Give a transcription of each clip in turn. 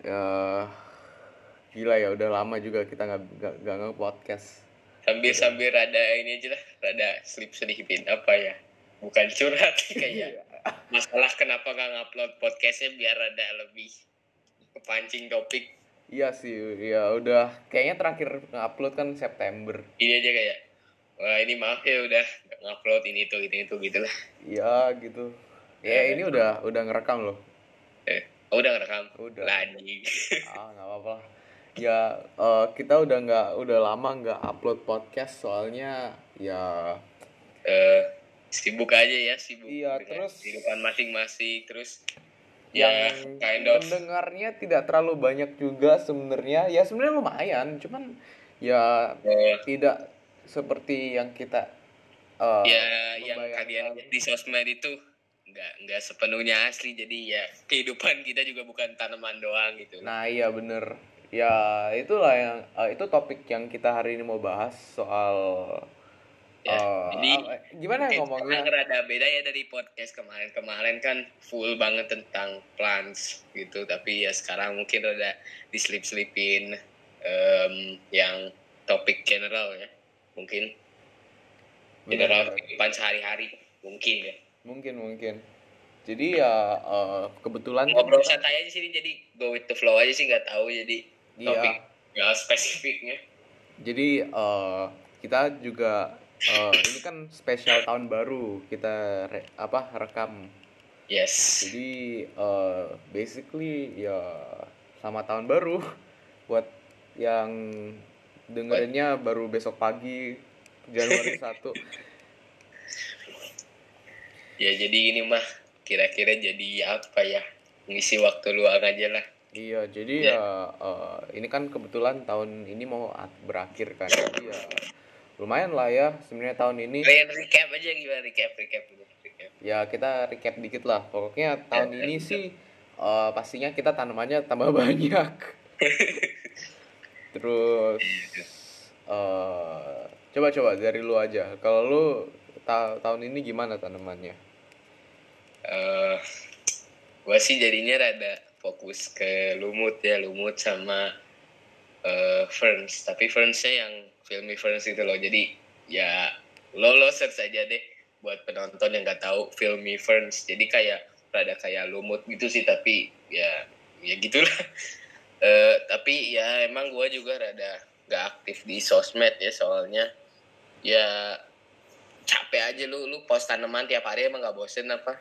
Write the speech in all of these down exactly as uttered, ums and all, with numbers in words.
Ya gila ya, udah lama juga kita nggak nggak nggak nge-podcast. Sambil sambil rada ini aja lah, rada slip sedikit apa ya? Bukan curhat kayak masalah kenapa nggak ngupload podcastnya biar rada lebih kepancing topik. Iya sih, ya udah kayaknya terakhir nge-upload kan September. Ini aja kayak, wah ini maaf ya udah nggak ngupload ini itu ini itu gitulah. Iya gitu. Ya Eh, ini udah udah ngerekam loh. eh, oh, udah ngerekam? Udah. Lagi. Ah nggak apa-apa lah. Ya eh, kita udah nggak udah lama nggak upload podcast soalnya ya. eh, sibuk aja ya, sibuk Iya, dengan terus kehidupan masing-masing, terus yang ya kind of mendengarnya tidak terlalu banyak juga sebenarnya. Ya sebenarnya lumayan, cuman ya eh, tidak seperti yang kita eh, ya yang membayangkan. kalian lihat di sosmed itu nggak nggak sepenuhnya asli, jadi ya kehidupan kita juga bukan tanaman doang gitu. Nah iya bener. Ya itulah yang eh, itu topik yang kita hari ini mau bahas soal Ya, eh, jadi apa- gimana mungkin ngomongnya. sekarang rada beda ya dari podcast kemarin-kemarin kan full banget tentang plants gitu, tapi ya sekarang mungkin rada diselip-selipin em, yang topik general ya, mungkin general Bener-bener. kehidupan sehari-hari mungkin ya. Mungkin mungkin. Jadi ya eh, kebetulan kan Ngobrol santai aja sih, jadi go with the flow aja sih, nggak tahu jadi topik iya. nggak spesifiknya. Jadi eh, kita juga eh, ini kan spesial tahun baru kita re- apa rekam. Yes. Jadi eh, basically ya sama tahun baru buat yang dengerinnya baru besok pagi Januari satu. Ya jadi ini mah kira-kira jadi apa ya, ngisi waktu luang aja lah. Iya, jadi Ya. ya eh, ini kan kebetulan tahun ini mau at- berakhir kan. Jadi ya lumayan lah ya sebenarnya tahun ini. Kalian recap aja gimana, recap recap dulu recap. Ya kita recap dikit lah. Pokoknya tahun ini sih eh, pastinya kita tanamannya tambah banyak. Terus eh coba-coba dari lu aja. Kalau lu ta- tahun ini gimana tanamannya? Eh, gua sih jadinya rada fokus ke lumut ya, lumut sama eh, ferns. Tapi fernsnya yang filmy ferns gitu loh. Jadi ya lo lo search aja deh buat penonton yang nggak tahu filmy ferns. Jadi kayak rada kayak lumut gitu sih, tapi ya ya gitulah. Eh, tapi ya emang gua juga rada nggak aktif di sosmed ya, soalnya ya capek aja lu lu post tanaman tiap hari, emang nggak bosen apa?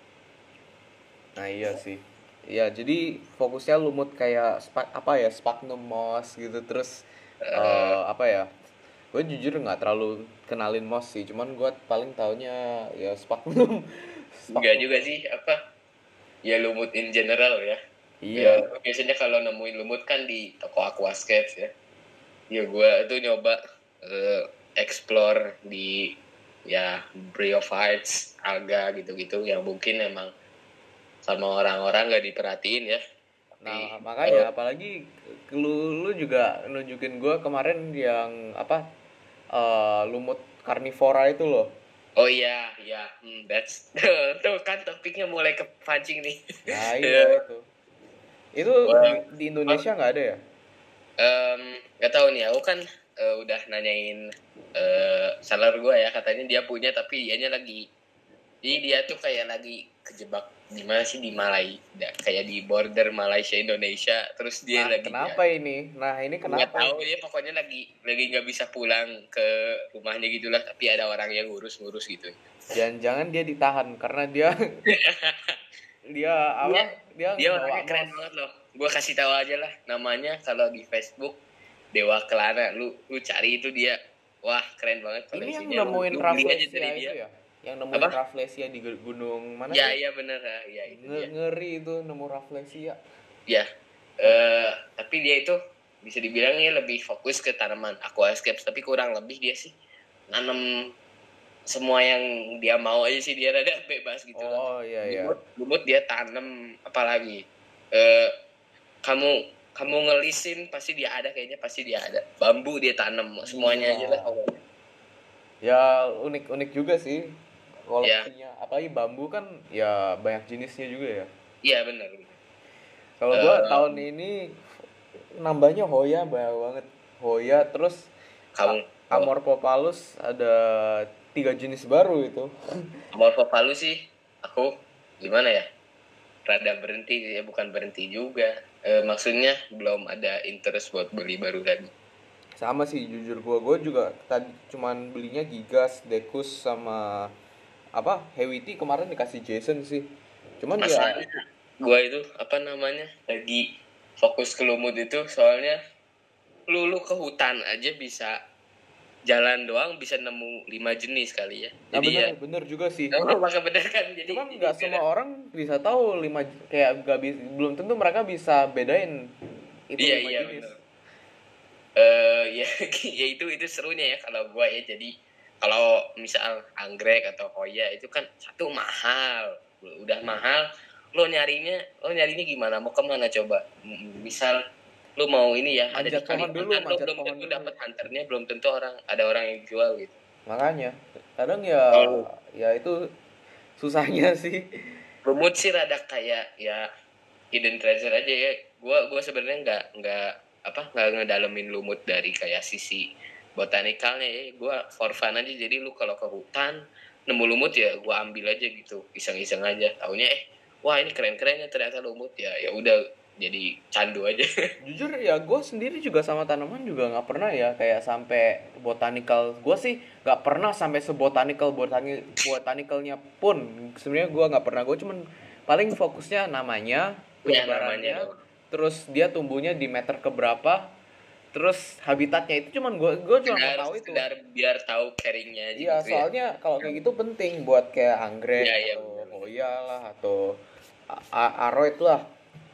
Nah iya sih. Ya jadi fokusnya lumut kayak spa- apa ya sphagnum moss gitu terus eh, apa ya? Gue jujur nggak terlalu kenalin moss sih, cuman gue paling taunya ya sphagnum. Enggak juga sih, apa ya, lumut in general ya. Ya Iya. biasanya kalau nemuin lumut kan di toko aquascapes ya. Ya gue tuh nyoba eh, explore di ya bryophytes, alga gitu-gitu yang mungkin emang sama orang-orang nggak diperhatiin ya. Nah Tapi makanya apalagi lu lu juga nunjukin gue kemarin yang apa eh, lumut karnivora itu loh. oh iya, iya, hmm, that's tuh kan topiknya mulai kepancing nih. Nah iya itu. Itu di, Wah, di Indonesia nggak ada ya? em, nggak tahu nih, aku kan eh, udah nanyain eh seller gue ya, katanya dia punya tapi dianya lagi, jadi dia tuh kayak lagi kejebak di mana sih, di Malai, kayak di border Malaysia Indonesia, terus dia Nah lagi kenapa ini? Nah ini nggak kenapa tahu, ini? dia pokoknya lagi lagi nggak bisa pulang ke rumahnya gitulah, tapi ada orang yang ngurus-ngurus gitu. Jangan-jangan dia ditahan karena dia dia apa? Dia, Dia bawa orangnya keren mouse. banget loh. Gue kasih tahu aja lah namanya, kalau di Facebook Dewa Kelana, lu lu cari itu dia, wah keren banget Ini yang koleksinya. nemuin Lu, lu beli aja Rafflesia dari itu dia. ya? Yang nemuin Apa? Rafflesia di gu- gunung mana Ya sih? iya bener ah, ya itu Nge- dia. ngeri itu nemu Rafflesia. Ya, eh, tapi dia itu bisa dibilangnya lebih fokus ke tanaman aquascapes, tapi kurang lebih dia sih nanam semua yang dia mau aja sih, dia rada bebas gitu Oh loh. iya iya. Lumut, lumut dia tanam apalagi. Eh, kamu kamu ngelisin pasti dia ada, kayaknya pasti dia ada. Bambu dia tanam semuanya aja lah. Ya unik-unik juga sih koleksinya. Apalagi bambu kan ya banyak jenisnya juga ya. Iya benar. Kalau gue tahun ini nambahnya Hoya banyak banget. Hoya terus Kamu A- Amorphophallus ada tiga jenis baru itu. Amorphophallus sih aku gimana ya? Rada berhenti ya, bukan berhenti juga. E, maksudnya belum ada interest buat beli baru lagi. Sama sih jujur gue, gue juga tadi cuman belinya Gigas, Dekus sama apa Heavy kemarin dikasih Jason sih. Cuman ya Masa gue itu apa namanya lagi fokus ke lumut itu soalnya lu lu ke hutan aja bisa jalan doang bisa nemu lima jenis kali ya. nah Jadi bener ya bener juga sih. emang maka bener kan jadi Cuman jadi nggak semua orang bisa tahu lima kayak nggak bisa, belum tentu mereka bisa bedain itu iya lima iya jenis. benar. Eh ya, ya itu itu serunya ya kalau gua ya jadi kalau misal anggrek atau hoya itu kan satu mahal udah mahal lo nyarinya lo nyarinya gimana mau kemana coba M- misal lo mau ini ya ada di Manjat pohon dulu, Kalimantan lo manjat belum pohon tentu dulu. dapat hunternya belum tentu orang ada orang yang jual gitu. Makanya kadang ya Oh. ya itu susahnya sih. Lumut sih rada kayak ya hidden treasure aja ya. Gua gua sebenarnya nggak nggak apa nggak ngedalemin lumut dari kayak sisi botanikalnya ya. Gua for fun aja. Jadi lu kalau ke hutan nemu lumut ya gua ambil aja gitu, iseng-iseng aja. Taunya eh wah ini keren-keren ya ternyata lumut ya. Ya udah jadi candu aja. Jujur ya gue sendiri juga sama tanaman juga nggak pernah ya kayak sampai botanical. Gue sih nggak pernah sampai sebotanical botani botanikalnya pun sebenarnya gue nggak pernah. Gue cuman paling fokusnya namanya, Ya namanya penyebarannya, doang. terus dia tumbuhnya di meter keberapa, terus habitatnya itu cuman gue gue cuma Sekedar, mau tahu itu. sekedar biar tahu carryingnya aja Iya gitu ya. soalnya kalau kayak gitu penting buat kayak anggrek Iya, iya, atau benar. hoya lah atau a- a- aroid lah.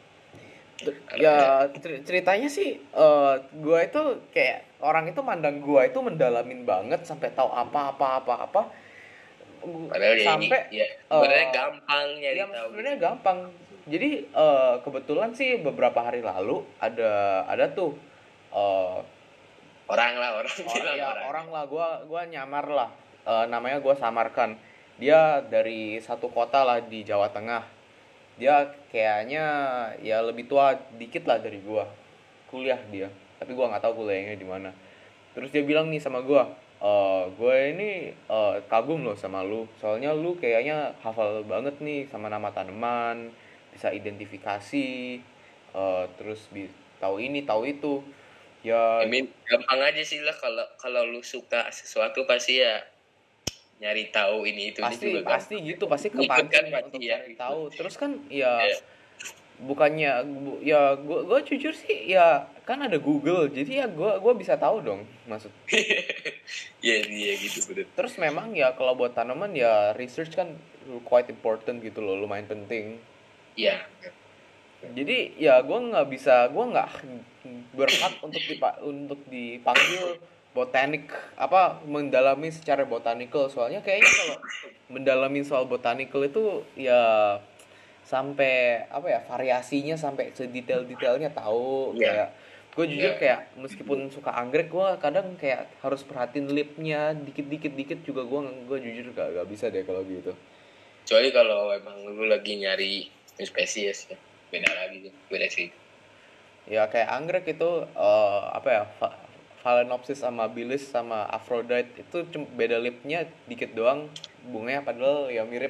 Ya cer- ceritanya sih eh gua itu kayak orang itu mandang gua itu mendalamin banget sampai tahu apa-apa apa-apa Padahal ya ini sampai ya sebenarnya eh gampang nyari ya tahu. sebenarnya gampang. Jadi eh kebetulan sih beberapa hari lalu ada ada tuh eh Orang lah orang or, bilang ya orang. orang lah gua gua nyamar lah. Eh, namanya gua samarkan. Dia dari satu kota lah di Jawa Tengah. Dia kayaknya ya lebih tua dikit lah dari gua, kuliah dia, tapi gua nggak tahu kuliahnya di mana. Terus dia bilang nih sama gua, eh gue ini eh, kagum loh sama lu, soalnya lu kayaknya hafal banget nih sama nama tanaman, bisa identifikasi, eh, terus bi- tahu ini tahu itu. Ya I mean, gampang aja sih lah kalau kalau lu suka sesuatu pasti ya nyari tahu ini itu pasti juga pasti gampang. gitu, pasti Ikut kan kepancing pasti untuk ya. cari Gitu. tahu. Terus kan ya Ya. bukannya bu- ya gue gue jujur sih ya kan ada Google jadi ya gue gue bisa tahu dong maksud. Iya iya gitu betul. Terus memang ya kalau buat tanaman ya research kan quite important gitu loh, lumayan penting. Iya. Jadi ya gue nggak bisa, gue nggak berhak untuk dipa, untuk dipanggil botanik apa mendalami secara botanical, soalnya kayaknya kalau mendalami soal botanical itu ya sampai apa ya variasinya sampai sedetail-detailnya tahu. Iya. Kayak gue jujur Iya. kayak meskipun suka anggrek gue kadang kayak harus perhatiin lipnya dikit-dikit dikit juga gue gue jujur gak, gak bisa deh kalau gitu. Kecuali kalau emang lu lagi nyari spesies ya beda lagi tuh beda sih. Ya kayak anggrek itu eh, apa ya fa- Phalaenopsis sama Bilis sama Aphrodite itu cuma beda lipnya dikit doang, bunganya padahal ya mirip,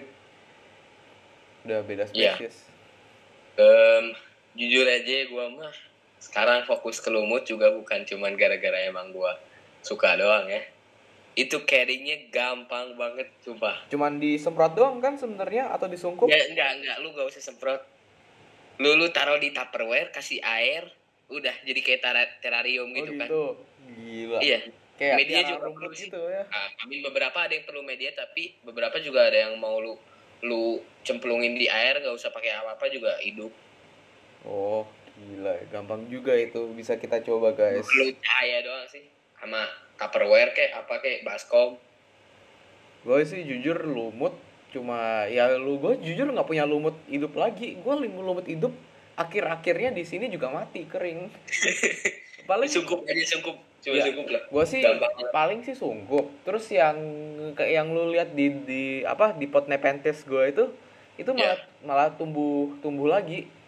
udah beda Iya. spesies. Em, jujur aja gue mah sekarang fokus ke lumut juga bukan cuman gara-gara emang gue suka doang ya. Itu carryingnya gampang banget sumpah. Cuman disemprot doang kan sebenarnya atau disungkup? Ya, enggak enggak lu gak usah semprot. Lu lu taruh di Tupperware kasih air udah jadi kayak tara- terarium gitu, Oh kan. gitu. Gila. Iya. Kayak Media piara juga rumput perlu sih. gitu ya. Ah, amin beberapa ada yang perlu media tapi beberapa juga ada yang mau lu lu cemplungin di air gak usah pakai apa-apa juga hidup. Oh gila, gampang juga itu, bisa kita coba guys. Lu cahaya doang sih sama Tupperware kayak apa kayak baskom. Gue sih jujur lumut cuma ya lu gue jujur nggak punya lumut hidup lagi. Gue lumut hidup akhir-akhirnya di sini juga mati kering. Paling Sungkup aja sungkup cuma ya, sungkup lah. gue sih Gampang lah. paling sih sunggup. Terus yang kayak yang lu lihat di di apa di pot Nepenthes gue itu itu malah Ya. malah tumbuh tumbuh lagi.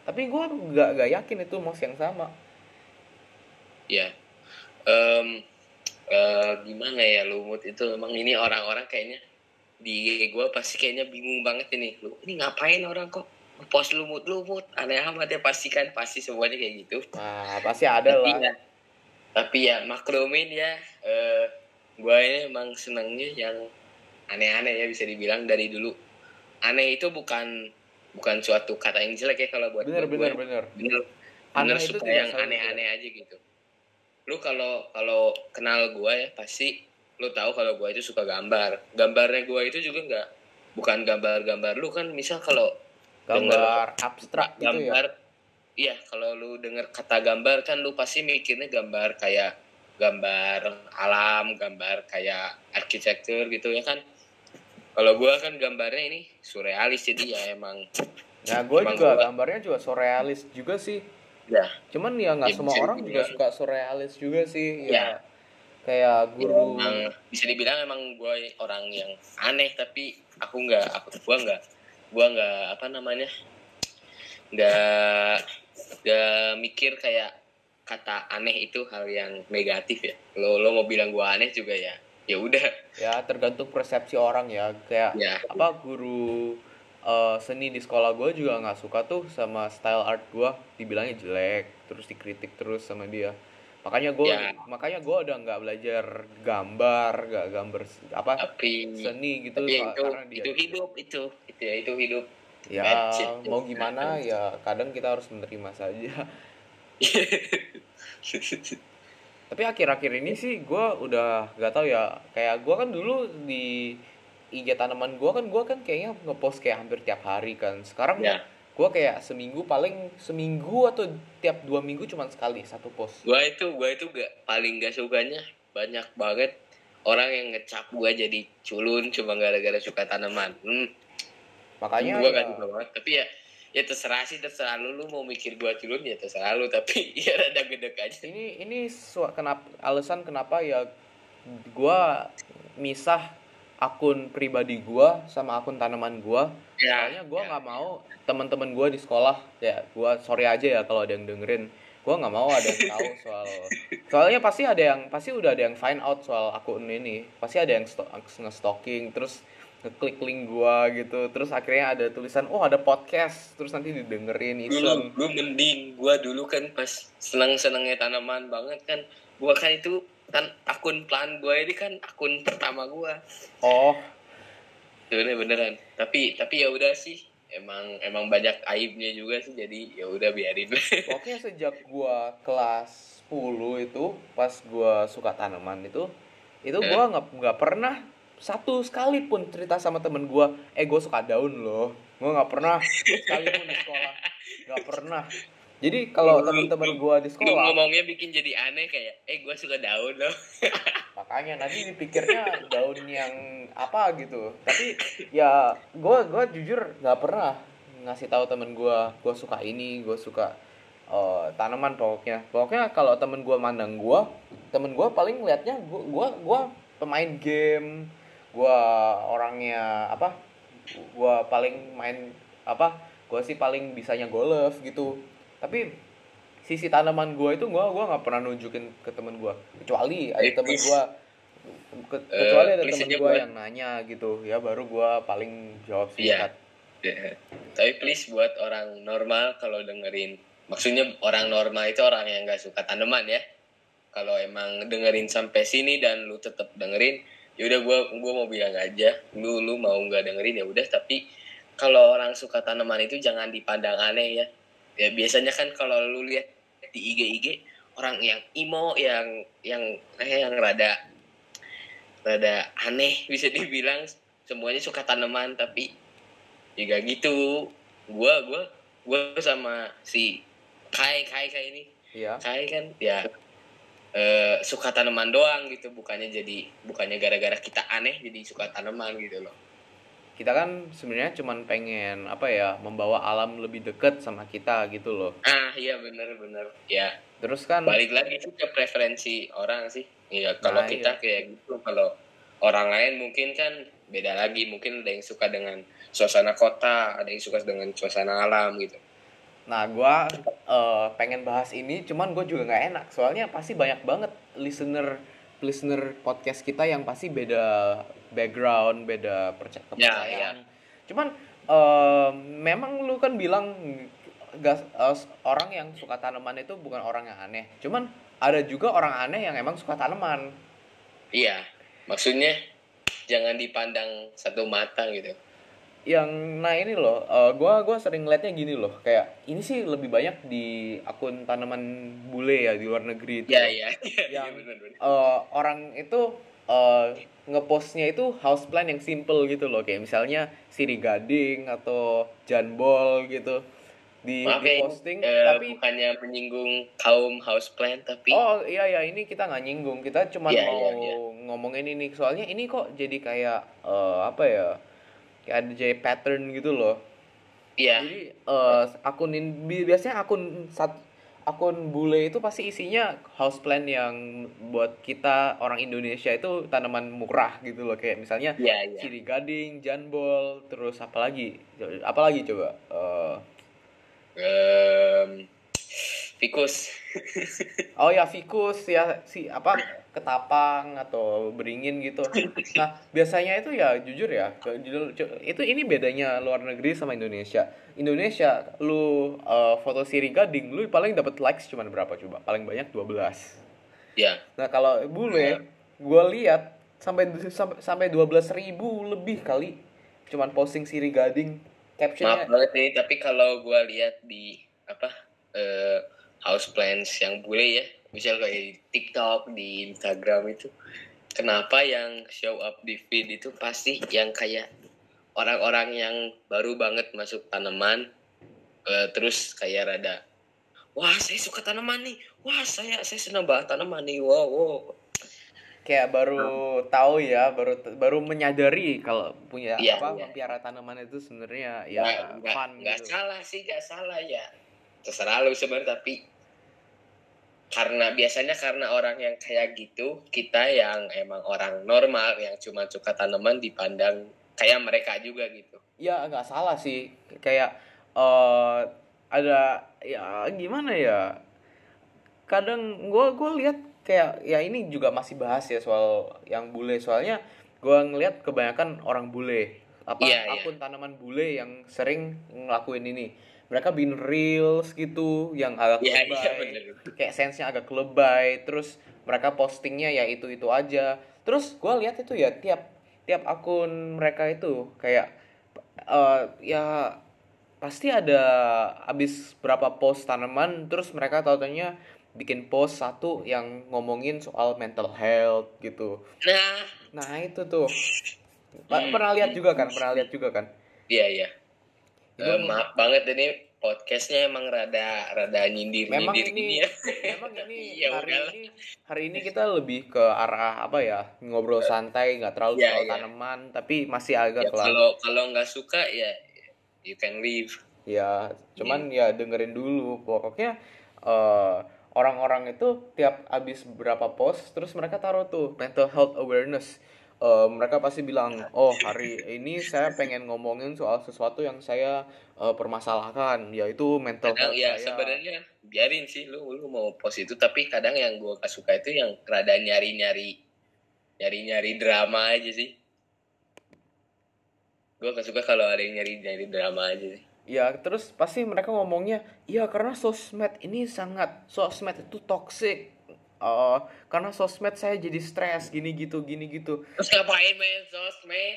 Tapi gue nggak nggak yakin itu mouse yang sama. Ya, um, uh, gimana ya lumut itu emang ini orang-orang kayaknya di gue pasti kayaknya bingung banget ini. Lu ini ngapain orang kok post lumut-lumut aneh amat ya, pasti kan pasti semuanya kayak gitu. Nah pasti ada tapi lah. Ya, tapi ya maklumin ya, uh, gue ini emang senengnya yang aneh-aneh ya, bisa dibilang dari dulu. Aneh itu bukan bukan suatu kata yang jelek ya kalau buat bener, gue. bener, bener. Bener, bener Aneh suka itu yang selalu aneh-aneh aja gitu. Lu kalau kalau kenal gue ya pasti lu tahu kalau gue itu suka gambar. Gambarnya gue itu juga nggak bukan gambar-gambar lu kan, misal kalau gambar denger abstrak gitu gambar, ya. Iya, kalau lu denger kata gambar kan lu pasti mikirnya gambar kayak gambar alam, gambar kayak arsitektur gitu ya kan. Kalau gue kan gambarnya ini surrealis, jadi ya emang. Ya gue juga gua, gambarnya juga surrealis juga sih. Ya. Cuman ya nggak Ya semua bisa orang juga dibilang. suka surrealis juga sih. Ya. Ya kayak Ya, guru. emang bisa dibilang emang gue orang yang aneh, tapi aku nggak, aku gue nggak, gue nggak apa namanya, nggak nggak mikir kayak kata aneh itu hal yang negatif ya. Lo lo mau bilang gue aneh juga ya, ya udah. Ya tergantung persepsi orang ya. Kayak Ya. apa guru uh, seni di sekolah gue juga nggak suka tuh sama style art gue, dibilangnya jelek, terus dikritik terus sama dia. Makanya gue Ya. makanya gue udah nggak belajar gambar, nggak gambar apa Tapi seni gitu tapi soal, itu karena dia itu hidup itu itu ya itu hidup. ya Bad shit. mau gimana ya, kadang kita harus menerima saja. Tapi akhir-akhir ini sih gue udah gak tahu ya, kayak gue kan dulu di I G tanaman gue kan gue kan kayaknya ngepost kayak hampir tiap hari kan. Sekarang Ya. gue kayak seminggu paling seminggu atau tiap dua minggu cuma sekali satu post. Gua itu gua itu gak paling gak sukanya banyak banget orang yang ngecap gua jadi culun cuma gara-gara suka tanaman. Hmm. Makanya Gua ya, gak suka banget. Tapi ya ya terserah sih, terserah lu, lu mau mikir gua culun ya terserah lu, tapi ya rada gedek aja. ini ini su- kenapa alasan kenapa ya gue misah akun pribadi gue sama akun tanaman gue. Ya, Soalnya gue ya. nggak mau teman-teman gue di sekolah, ya gue sorry aja ya kalau ada yang dengerin, gue nggak mau ada yang tahu soal soalnya pasti ada yang pasti udah ada yang find out soal akun ini, pasti ada yang sto- nge-stalking terus ngeklik link gue gitu, terus akhirnya ada tulisan oh ada podcast, terus nanti didengerin Dulu iseng. lu mending gua dulu kan pas senang-senangnya tanaman banget kan. Gua kan itu kan akun plan gua ini kan akun pertama gua. Oh Sebenarnya beneran. Tapi tapi ya udah sih. Emang emang banyak aibnya juga sih, jadi ya udah biarin. pokoknya sejak gua kelas sepuluh itu pas gua suka tanaman itu itu gua nggak nggak pernah satu sekali pun cerita sama temen gua eh gua suka daun loh. Gua nggak pernah sekalipun di sekolah, nggak pernah. Jadi kalau teman-teman gua di Lu sekolah ngomongnya bikin jadi aneh kayak eh gua suka daun loh. makanya nanti dipikirnya daun yang apa gitu. Tapi ya gua gua jujur nggak pernah ngasih tahu temen gua gua suka ini, gua suka uh, tanaman. Pokoknya pokoknya kalau temen gua mandang gua, temen gua paling liatnya gua gua gua pemain game, gua orangnya apa, gua paling main apa, gua sih paling bisanya golf gitu. Tapi sisi tanaman gua itu gua gua nggak pernah nunjukin ke temen gua, kecuali ada Eh, temen please. gua ke- kecuali Eh, ada please temen aja gua buat- yang nanya gitu ya, baru gua paling jawab Iya. singkat. Ya. Tapi please buat orang normal kalau dengerin, maksudnya orang normal itu orang yang nggak suka tanaman ya. Kalau emang dengerin sampai sini dan lu tetap dengerin, ya udah gua gua mau bilang aja, lu lu mau nggak dengerin ya udah. Tapi kalau orang suka tanaman itu jangan dipandang aneh ya. Ya biasanya kan kalau lu lihat di I G I G orang yang emo, yang yang eh, yang rada rada aneh bisa dibilang, semuanya suka tanaman, tapi ya gak gitu. Gua gua gua sama si Kai Kai Kai ini. Iya. Kai kan ya eh, suka tanaman doang gitu, bukannya jadi bukannya gara-gara kita aneh jadi suka tanaman gitu loh. Kita kan sebenarnya cuman pengen apa ya, membawa alam lebih deket sama kita gitu loh. Ah iya bener-bener ya. Terus kan Balik lagi sih ke preferensi orang sih. Iya kalau Nah, kita iya. kayak gitu, kalau orang lain mungkin kan beda lagi. Mungkin ada yang suka dengan suasana kota, ada yang suka dengan suasana alam gitu. Nah, gua eh, pengen bahas ini, cuman gue juga nggak enak. Soalnya pasti banyak banget listener listener podcast kita yang pasti beda background, beda perca- Ya, ya. kepercayaan. Cuman eh, memang lu kan bilang gas, eh, orang yang suka tanaman itu bukan orang yang aneh. Cuman ada juga orang aneh yang emang suka tanaman. Iya. Maksudnya jangan dipandang satu mata gitu. Yang nah ini loh, eh, gua gua sering ngeliatnya gini loh, kayak ini sih lebih banyak di akun tanaman bule ya di luar negeri itu Ya, loh, ya. Iya, iya, yang benar, benar. eh, orang itu eh, ngepostnya itu houseplant yang simple gitu loh, kayak misalnya sirih gading atau janbol gitu di Maaf di ya, ini posting. eh, Tapi bukannya menyinggung kaum houseplant, tapi oh iya ya, ini kita nggak nyinggung, kita cuman iya, mau iya, iya. ngomongin ini soalnya ini kok jadi kayak eh, apa ya, kayak ada jadi pattern gitu loh. Iya. Jadi eh, akun in- bi- biasanya akun sat, akun bule itu pasti isinya houseplant yang buat kita orang Indonesia itu tanaman murah gitu loh, kayak misalnya Iya, iya. sirih gading, janbol, terus apa lagi? Apa lagi coba? Eh, Em, Fikus. oh ya ficus ya, si apa, ketapang atau beringin gitu. Nah, biasanya itu ya jujur ya, ke- judul- cu- itu ini bedanya luar negeri sama Indonesia. Indonesia lu eh, foto sirih gading lu paling dapat likes cuman berapa coba? Paling banyak dua belas. Ya. Nah, kalau Eh, bule gue lihat sampai sampai sampai dua belas ribu lebih kali cuman posting sirih gading. Maaf Captionnya banget nih, tapi kalau gue lihat di apa eh, houseplants yang bule ya, misal kayak di TikTok, di Instagram itu, kenapa yang show up di feed itu pasti yang kayak orang-orang yang baru banget masuk tanaman, eh, terus kayak rada, wah saya suka tanaman nih, wah saya saya senang banget tanaman nih, wow, wow. kayak baru tahu ya, baru baru menyadari kalau punya Iya, apa iya. mempiara tanaman itu sebenarnya Nggak, ya nggak, fun nggak gitu. salah sih, nggak salah ya. Terserah lu sebenarnya, tapi karena biasanya karena orang yang kayak gitu, kita yang emang orang normal yang cuma suka tanaman dipandang kayak mereka juga gitu. Ya nggak salah sih, kayak eh ada ya gimana ya, kadang gue gue lihat kayak ya ini juga masih bahas ya soal yang bule, soalnya gue ngelihat kebanyakan orang bule Iya, apa iya. akun tanaman bule yang sering ngelakuin ini, mereka bikin reels gitu yang agak Iya, iya lebay, bener. kayak sense-nya agak lebay, terus mereka postingnya ya itu itu aja. Terus gue lihat itu ya tiap tiap akun mereka itu kayak eh, ya pasti ada abis berapa post tanaman terus mereka tau-taunya bikin post satu yang ngomongin soal mental health gitu. Nah, Nah itu tuh Pa- hmm, pernah lihat hmm, juga kan, pernah lihat juga kan iya, iya. itu. Eh, maaf banget ini podcastnya emang rada rada nyindir Memang nyindir ini gini ya. memang ini Ya hari udahlah. ini hari ini kita lebih ke arah apa ya, ngobrol santai, nggak terlalu Iya, soal iya. tanaman tapi masih agak Ya lah. kalau kalau nggak suka ya you can leave. Ya, cuman Gitu. ya dengerin dulu. Pokoknya eh, orang-orang itu tiap abis berapa post, terus mereka taruh tuh mental health awareness. Eh, mereka pasti bilang, oh hari ini saya pengen ngomongin soal sesuatu yang saya eh, permasalahkan, yaitu mental Kadang health ya saya. sebenarnya biarin sih lu lu mau post itu, tapi kadang yang gue gak suka itu yang rada nyari nyari nyari nyari drama aja sih. Gue gak suka kalau ada yang nyari nyari drama aja sih. Ya, terus pasti mereka ngomongnya, iya karena sosmed ini sangat, sosmed itu toxic. Eh, karena sosmed saya jadi stres, gini gitu, gini gitu. Terus ngapain main sosmed?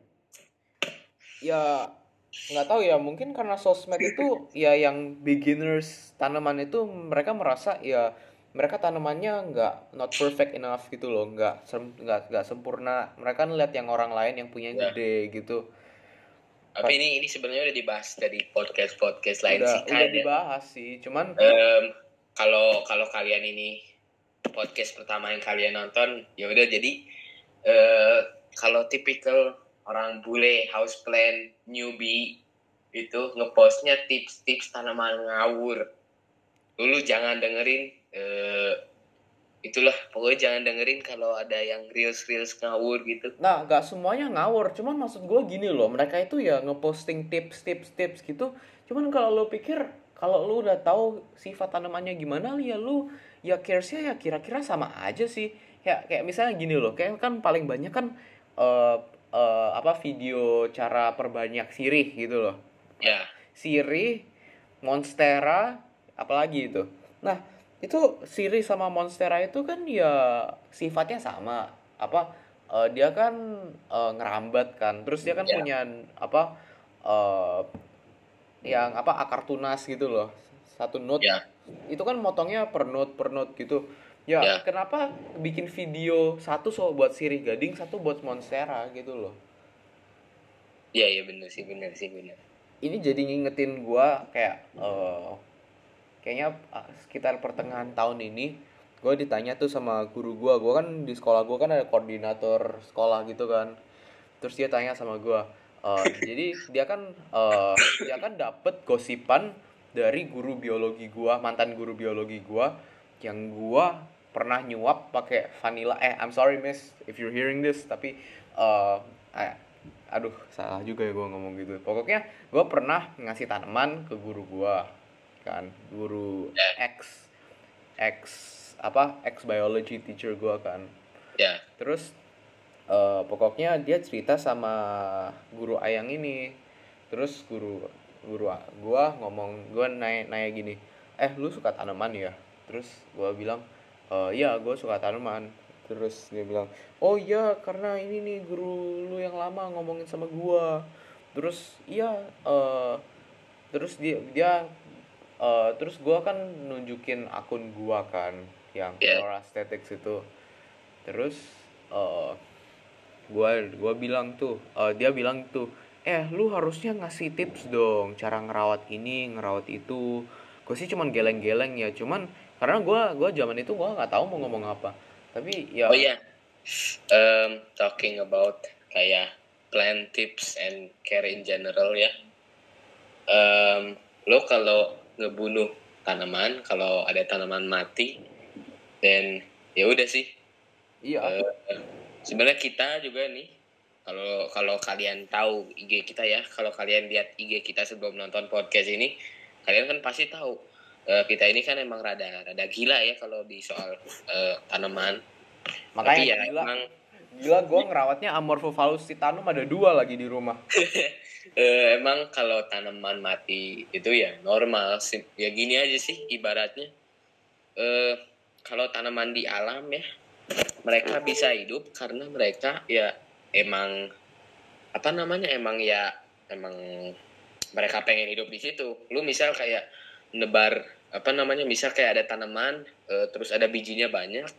Ya nggak tahu ya, mungkin karena sosmed itu ya yang beginners tanaman itu mereka merasa ya mereka tanamannya nggak not perfect enough gitu loh, nggak sem- nggak nggak sempurna, mereka ngeliat yang orang lain yang punya yang Ya, gede gitu. tapi Ka- ini ini sebenarnya udah dibahas dari podcast podcast lain udah sih udah kayaknya. dibahas sih, cuman Em, kalau kalau kalian ini podcast pertama yang kalian nonton, ya udah jadi eh kalau tipikal orang bule, houseplant, newbie itu ngepostnya tips-tips tanaman ngawur. Dulu jangan dengerin eh itulah pokoknya jangan dengerin kalau ada yang reels-reels ngawur gitu. nah nggak semuanya ngawur, cuman maksud gue gini loh, mereka itu ya ngeposting tips tips tips gitu, cuman kalau lo pikir kalau lu udah tahu sifat tanamannya gimana, ya lu ya caresnya ya kira-kira sama aja sih. Ya kayak misalnya gini loh, kayak kan paling banyak kan eh eh, apa video cara perbanyak sirih gitu loh. Ya, Sirih, monstera, apalagi itu. Nah, itu sirih sama monstera itu kan ya sifatnya sama. Apa eh, dia kan eh, ngerambat kan. Terus dia kan ya, punya apa eh, yang apa akar tunas gitu loh. Satu note ya, itu kan motongnya per note per note gitu. Ya, ya, kenapa bikin video satu so buat sirih gading, satu buat monstera gitu loh. ya, ya benar sih, benar sih, benar. Ini jadi ngingetin gua kayak eh kayaknya ah, sekitar pertengahan tahun ini gue ditanya tuh sama guru gue gue kan di sekolah gue kan ada koordinator sekolah gitu kan, terus dia tanya sama gue eh jadi dia kan eh dia kan dapet gosipan dari guru biologi gue, mantan guru biologi gue, yang gue pernah nyuap pakai vanilla. eh I'm sorry miss if you're hearing this, tapi eh eh, aduh salah juga ya gue ngomong gitu. Pokoknya gue pernah ngasih tanaman ke guru gue kan, guru Ya, X X apa X biology teacher gue kan. ya, Terus eh, pokoknya dia cerita sama guru Ayang ini. Terus guru guru gue ngomong, gue nanya nanya gini, eh lu suka tanaman ya? Terus gue bilang e, iya gue suka tanaman. Terus dia bilang, oh iya karena ini nih guru lu yang lama ngomongin sama gue. Terus iya eh terus dia dia eh, terus gua kan nunjukin akun gua kan yang ya, Flora Aesthetics itu. Terus eh gua gua bilang tuh eh, dia bilang tuh, eh lu harusnya ngasih tips dong cara ngerawat ini ngerawat itu. Gue sih cuman geleng-geleng ya, cuman karena gua gua zaman itu gua nggak tahu mau ngomong apa, tapi oh ya. ya, um, talking about kayak plant tips and care in general ya. Um, lo kalau ngebunuh tanaman, kalau ada tanaman mati, dan ya udah sih. Iya. Uh, Sebenarnya kita juga nih, kalau kalau kalian tahu I G kita ya, kalau kalian lihat I G kita sebelum nonton podcast ini, kalian kan pasti tahu uh, kita ini kan emang rada rada gila ya kalau di soal uh, tanaman. Makanya Tapi ya gila emang gila gue ngerawatnya Amorphophallus titanum ada dua lagi di rumah. uh, emang kalau tanaman mati itu ya normal sih. Ya gini aja sih ibaratnya. Uh, kalau tanaman di alam ya, mereka bisa hidup karena mereka ya emang apa namanya emang ya emang mereka pengen hidup di situ. Lu misal kayak nebar apa namanya misal kayak ada tanaman uh, terus ada bijinya banyak.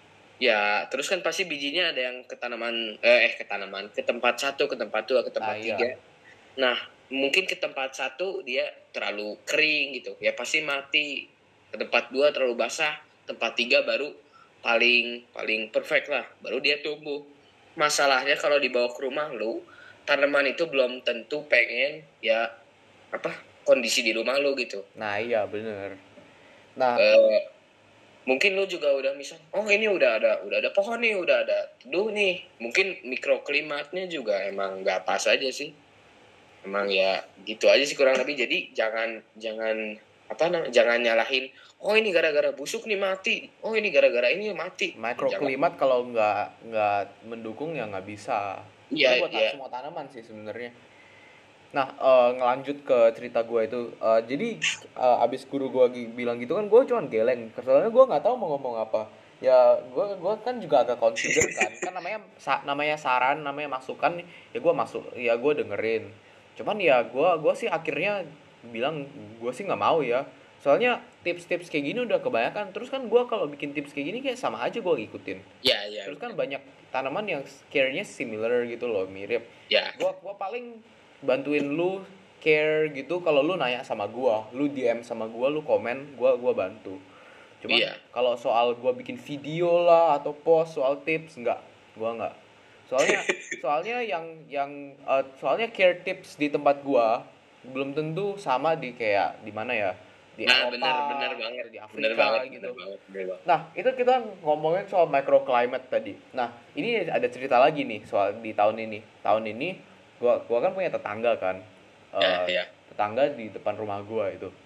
Ya, terus kan pasti bijinya ada yang ke tanaman eh, eh ke tanaman, ke tempat satu, ke tempat dua, ke Ah tempat iya. tiga. Nah, mungkin ke tempat satu dia terlalu kering gitu. Ya pasti mati. Ke tempat dua terlalu basah, tempat tiga baru paling paling perfect lah, baru dia tumbuh. Masalahnya kalau dibawa ke rumah lu, tanaman itu belum tentu pengen ya apa kondisi di rumah lu gitu. Nah iya bener. Nah Eh, mungkin lu juga udah misal, oh ini udah ada udah ada pohon nih, udah ada teduh nih. Mungkin mikroklimatnya juga emang nggak pas aja sih. Emang ya gitu aja sih kurang lebih. Jadi jangan jangan apa namanya jangan nyalahin. Oh ini gara-gara busuk nih mati. Oh ini gara-gara ini mati. Jangan. mikroklimat kalau nggak nggak mendukung ya nggak bisa. Iya Itu buat iya semua tanaman sih sebenarnya. Nah eh, ngelanjut ke cerita gue itu. Eh, jadi eh, abis guru gue gi- bilang gitu kan gue cuman geleng. Soalnya gue nggak tahu mau ngomong apa. Ya gue gue kan juga agak consider kan. Kan namanya sa- namanya saran, namanya masukan. Ya gue masuk, ya gue dengerin. Cuman ya gue gue sih akhirnya bilang gue sih nggak mau ya. Soalnya tips-tips kayak gini udah kebanyakan. Terus kan gue kalau bikin tips kayak gini kayak sama aja gue ngikutin. iya iya Terus kan banyak tanaman yang care-nya similar gitu loh, mirip. ya Gua gua paling bantuin lu care gitu kalau lu nanya sama gua, lu D M sama gua, lu komen, gua gua bantu. Cuman iya kalau soal gua bikin video lah atau post soal tips enggak, gua enggak. Soalnya soalnya yang yang eh, soalnya care tips di tempat gua belum tentu sama di kayak di mana ya? Di nah Eropa benar benar banget atau di benar Afrika banget gitu. benar banget benar banget Nah, itu kita ngomongin soal microclimate tadi. Nah, ini ada cerita lagi nih soal di tahun ini. Tahun ini gua gua kan punya tetangga kan. ya Eh, ya tetangga di depan rumah gua itu.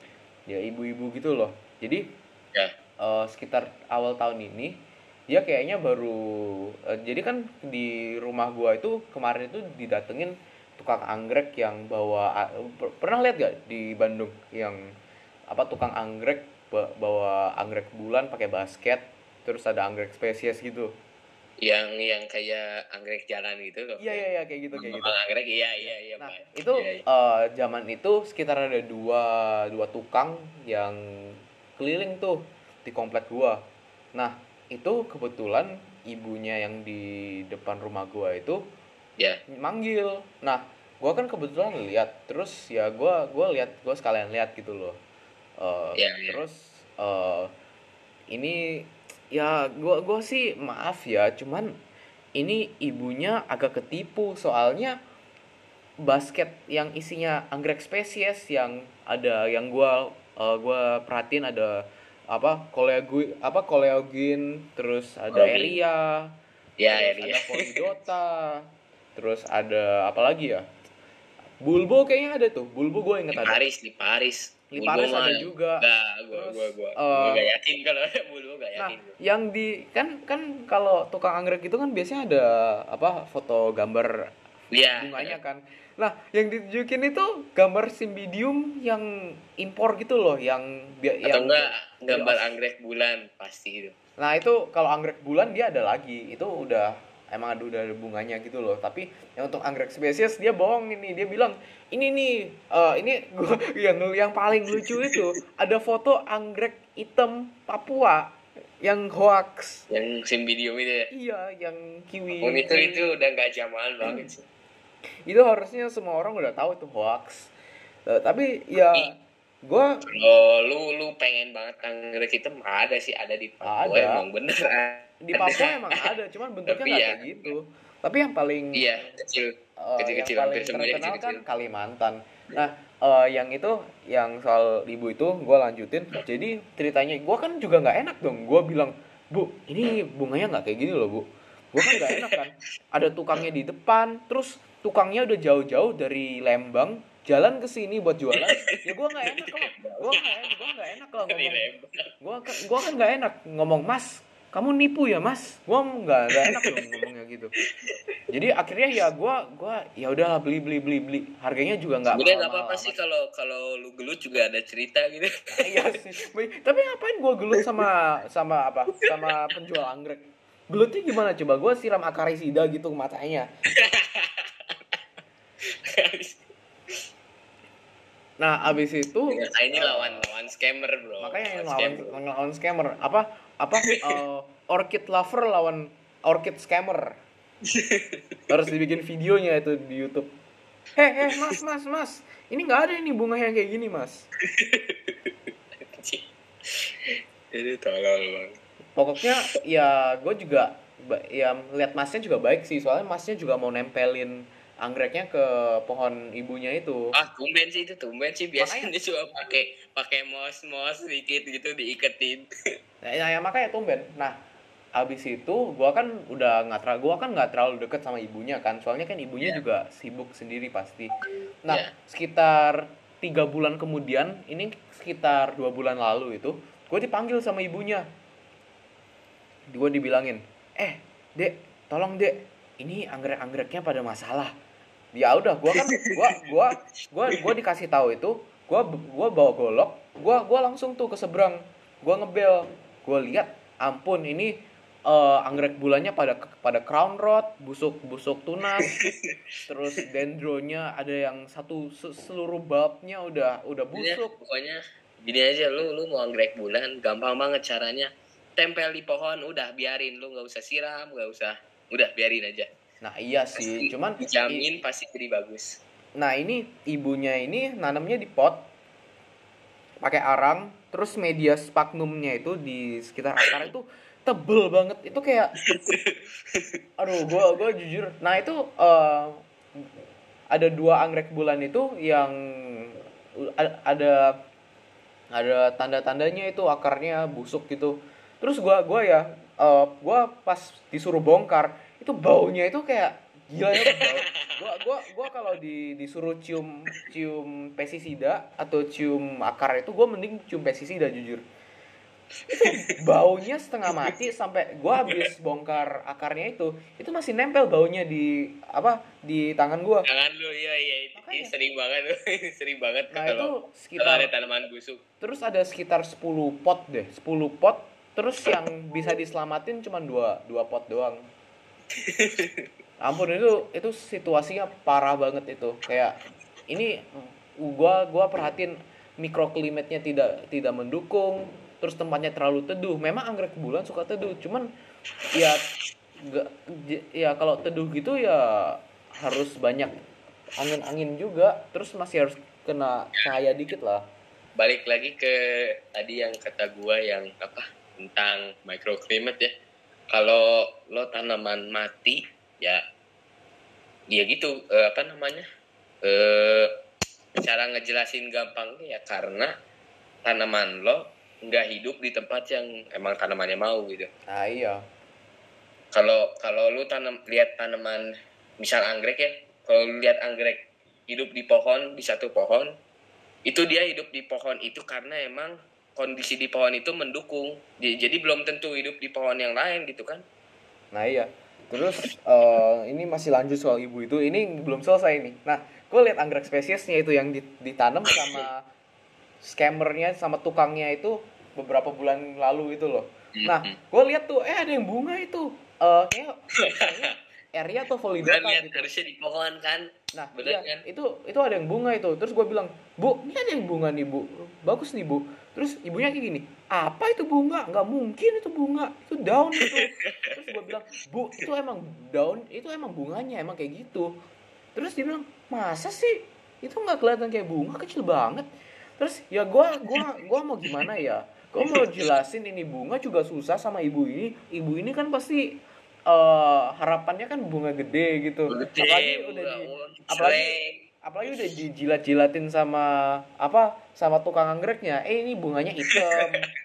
ya ibu-ibu gitu loh. Jadi Ya. eh, sekitar awal tahun ini dia kayaknya baru eh, jadi kan di rumah gua itu kemarin itu didatengin tukang anggrek yang bawa a- per- pernah lihat gak di Bandung yang apa tukang anggrek ba- bawa anggrek bulan pakai basket, terus ada anggrek spesies gitu. Yang yang kayak anggrek jalan gitu loh Iya ya. iya iya kayak gitu kayak gitu. Bang anggrek iya iya iya Nah, Pak. itu Iya, iya. eh, zaman itu sekitar ada dua dua tukang yang keliling tuh di komplek gua. Nah, itu kebetulan ibunya yang di depan rumah gua itu Ya. manggil. Nah, gua kan kebetulan lihat, terus ya gua gua lihat, gua sekalian lihat gitu loh. Eh, Ya, ya. terus eh, ini ya gua gua sih maaf ya, cuman ini ibunya agak ketipu soalnya basket yang isinya anggrek spesies yang ada yang gua eh, gua perhatiin ada apa koleogu apa koleogin, terus ada Oke. eria, Ya, ya, terus ya. ada polidota, terus ada apa lagi ya, bulbo kayaknya ada tuh, bulbo gue inget Di ada, Paris, di Paris. Bulbo liparis mah ada juga. enggak, gua Terus gua gua gua eh gak yakin kalau ada bulbo gak nah yakin gua. yang di kan kan kalau tukang anggrek itu kan biasanya ada apa foto gambar Iya. bunganya kan. Nah, yang ditunjukin itu gambar simbidium yang impor gitu loh, yang bi- Atau yang enggak dari gambar Aus- anggrek bulan pasti itu. Nah, itu kalau anggrek bulan dia ada lagi. Itu udah emang ada udah ada bunganya gitu loh. Tapi yang untuk anggrek spesies dia bohong ini. Dia bilang, "Ini nih, eh, ini gua yang yang paling lucu itu ada foto anggrek hitam Papua yang hoax." Yang simbidium itu ya. Iya, yang kiwi. Pun itu itu udah gak zaman banget sih. Itu harusnya semua orang udah tahu itu hoax. Eh, tapi ya gue Kalau lu lu pengen banget anggrek hitam ada sih, ada di Papua Ada. emang bener. di Papua emang ada, cuman bentuknya Tapi nggak ya. kayak gitu. Tapi yang paling Iya, kecil. eh, Kecil-kecil, yang paling hampir semuanya terkenal kan kecil-kecil. Kalimantan. Nah, eh, yang itu yang soal ibu itu gue lanjutin. Jadi ceritanya gue kan juga nggak enak dong. Gue bilang, "Bu, ini bunganya nggak kayak gini loh, Bu." Gue kan nggak enak kan. Ada tukangnya di depan, terus tukangnya udah jauh-jauh dari Lembang jalan ke sini buat jualan. Ya gue nggak enak kalau gue nggak enak, gue nggak enak kalau Dari ngomong. Lembang. Gue kan gue kan nggak enak ngomong, "Mas, kamu nipu ya, Mas?" Gue nggak nggak enak dong ngomongnya gitu. Jadi akhirnya ya gue gue ya udahlah beli beli beli beli. Harganya juga nggak Sebenarnya nggak mahal-mahal apa-apa sih amat. kalau kalau lu gelut juga ada cerita gitu. Nah, iya sih. Tapi ngapain gue gelut sama sama apa? Sama penjual anggrek. Gelutnya gimana coba? Gue siram akarisida gitu ke matanya. Nah, abis itu Nah, ini eh, lawan lawan scammer, bro. makanya yang Lawan lawan lawan scammer apa apa eh, orchid lover lawan orchid scammer. Harus dibikin videonya itu di YouTube. Heh, heh, mas, mas, mas. Ini nggak ada ini bunga yang kayak gini, mas. Ini tolol banget. Pokoknya ya gue juga ba- ya lihat masnya juga baik sih. Soalnya masnya juga mau nempelin anggreknya ke pohon ibunya itu. Ah, tumben sih itu, tumben sih biasanya Makanya- cuma pakai pakai mos-mos sedikit gitu diiketin. Nah, ya, ya makanya tumben. Nah, abis itu gua kan udah nggak terlalu gua kan nggak terlalu deket sama ibunya kan. Soalnya kan ibunya Iya. juga sibuk sendiri pasti. Nah, Iya. sekitar tiga bulan kemudian, ini sekitar dua bulan lalu itu, gue dipanggil sama ibunya. Gue dibilangin, eh, Dek, tolong Dek, ini anggrek-anggreknya pada masalah. Ya udah, gua kan gua gua gua gua dikasih tahu itu, gua gua bawa golok, gua gua langsung tuh ke seberang. Gua ngebel. Gua lihat, ampun ini eh, anggrek bulannya pada pada crown rot, busuk-busuk tunas. Terus dendronya ada yang satu se- seluruh bulbnya udah udah Iya, busuk. pokoknya gini aja, lu lu mau anggrek bulan gampang banget caranya. Tempel di pohon, udah biarin, lu nggak usah siram, nggak usah, udah biarin aja. Nah, iya sih, Pasti cuman dijamin pasti jadi bagus. nah ini ibunya ini nanamnya di pot pakai arang, terus media sphagnumnya itu di sekitar akar itu tebel banget, itu kayak aduh gua gua jujur, nah itu eh, ada dua anggrek bulan itu yang a- ada ada tanda-tandanya itu akarnya busuk gitu. Terus gua gua ya eh, gua pas disuruh bongkar itu baunya itu kayak Gila ya, bau. Gua gua gua kalau di disuruh cium cium pestisida atau cium akar itu gua mending cium pestisida jujur. Itu baunya setengah mati sampai gua habis bongkar akarnya itu, itu masih nempel baunya di apa di tangan gua. Tangan lu, iya iya, ini Makanya. sering banget sering banget Nah, itu kalau kalau sekitar ada tanaman busuk. terus ada sekitar sepuluh pot deh, sepuluh pot. Terus yang bisa diselamatin cuma dua dua pot doang. Ampun, itu itu situasinya parah banget itu. Kayak ini gua gua perhatiin mikroklimatnya tidak tidak mendukung, terus tempatnya terlalu teduh. Memang anggrek bulan suka teduh, cuman ya gak, ya kalau teduh gitu ya harus banyak angin-angin juga, terus masih harus kena cahaya dikit lah. Balik lagi ke tadi yang kata gua yang apa tentang microclimate ya. Kalau lo tanaman mati ya ya gitu eh, apa namanya eh cara ngejelasin gampangnya ya karena tanaman lo nggak hidup di tempat yang emang tanamannya mau gitu. Nah iya. Kalau kalau lu tanam lihat tanaman misal anggrek ya, kalau lu lihat anggrek hidup di pohon di satu pohon, itu dia hidup di pohon itu karena emang kondisi di pohon itu mendukung. Jadi belum tentu hidup di pohon yang lain gitu kan. Nah iya. Terus uh, ini masih lanjut soal ibu itu. Ini belum selesai nih. Nah, gue lihat anggrek spesiesnya itu yang ditanam sama scammernya sama tukangnya itu beberapa bulan lalu itu loh. Nah, gue lihat tuh, eh ada yang bunga itu. Uh, kayak kayaknya area atau Folidota gitu. Harusnya di pohon kan. Nah, bener iya, kan? itu itu ada yang bunga itu. Terus gue bilang, Bu, ini ada yang bunga nih Bu. Bagus nih Bu. Terus ibunya kayak gini, apa itu bunga? Nggak mungkin itu bunga, itu daun itu. Terus gue bilang, Bu, itu emang daun, itu emang bunganya, emang kayak gitu. Terus dia bilang, masa sih? Itu nggak kelihatan kayak bunga, kecil banget. Terus ya gue gua gua mau gimana ya? Gue mau jelasin ini bunga juga susah sama ibu ini. Ibu ini kan pasti uh, harapannya kan bunga gede gitu. Gede, apalagi udah di, apalagi apalagi udah dijilat-jilatin sama apa sama tukang anggreknya. Eh ini bunganya hitam.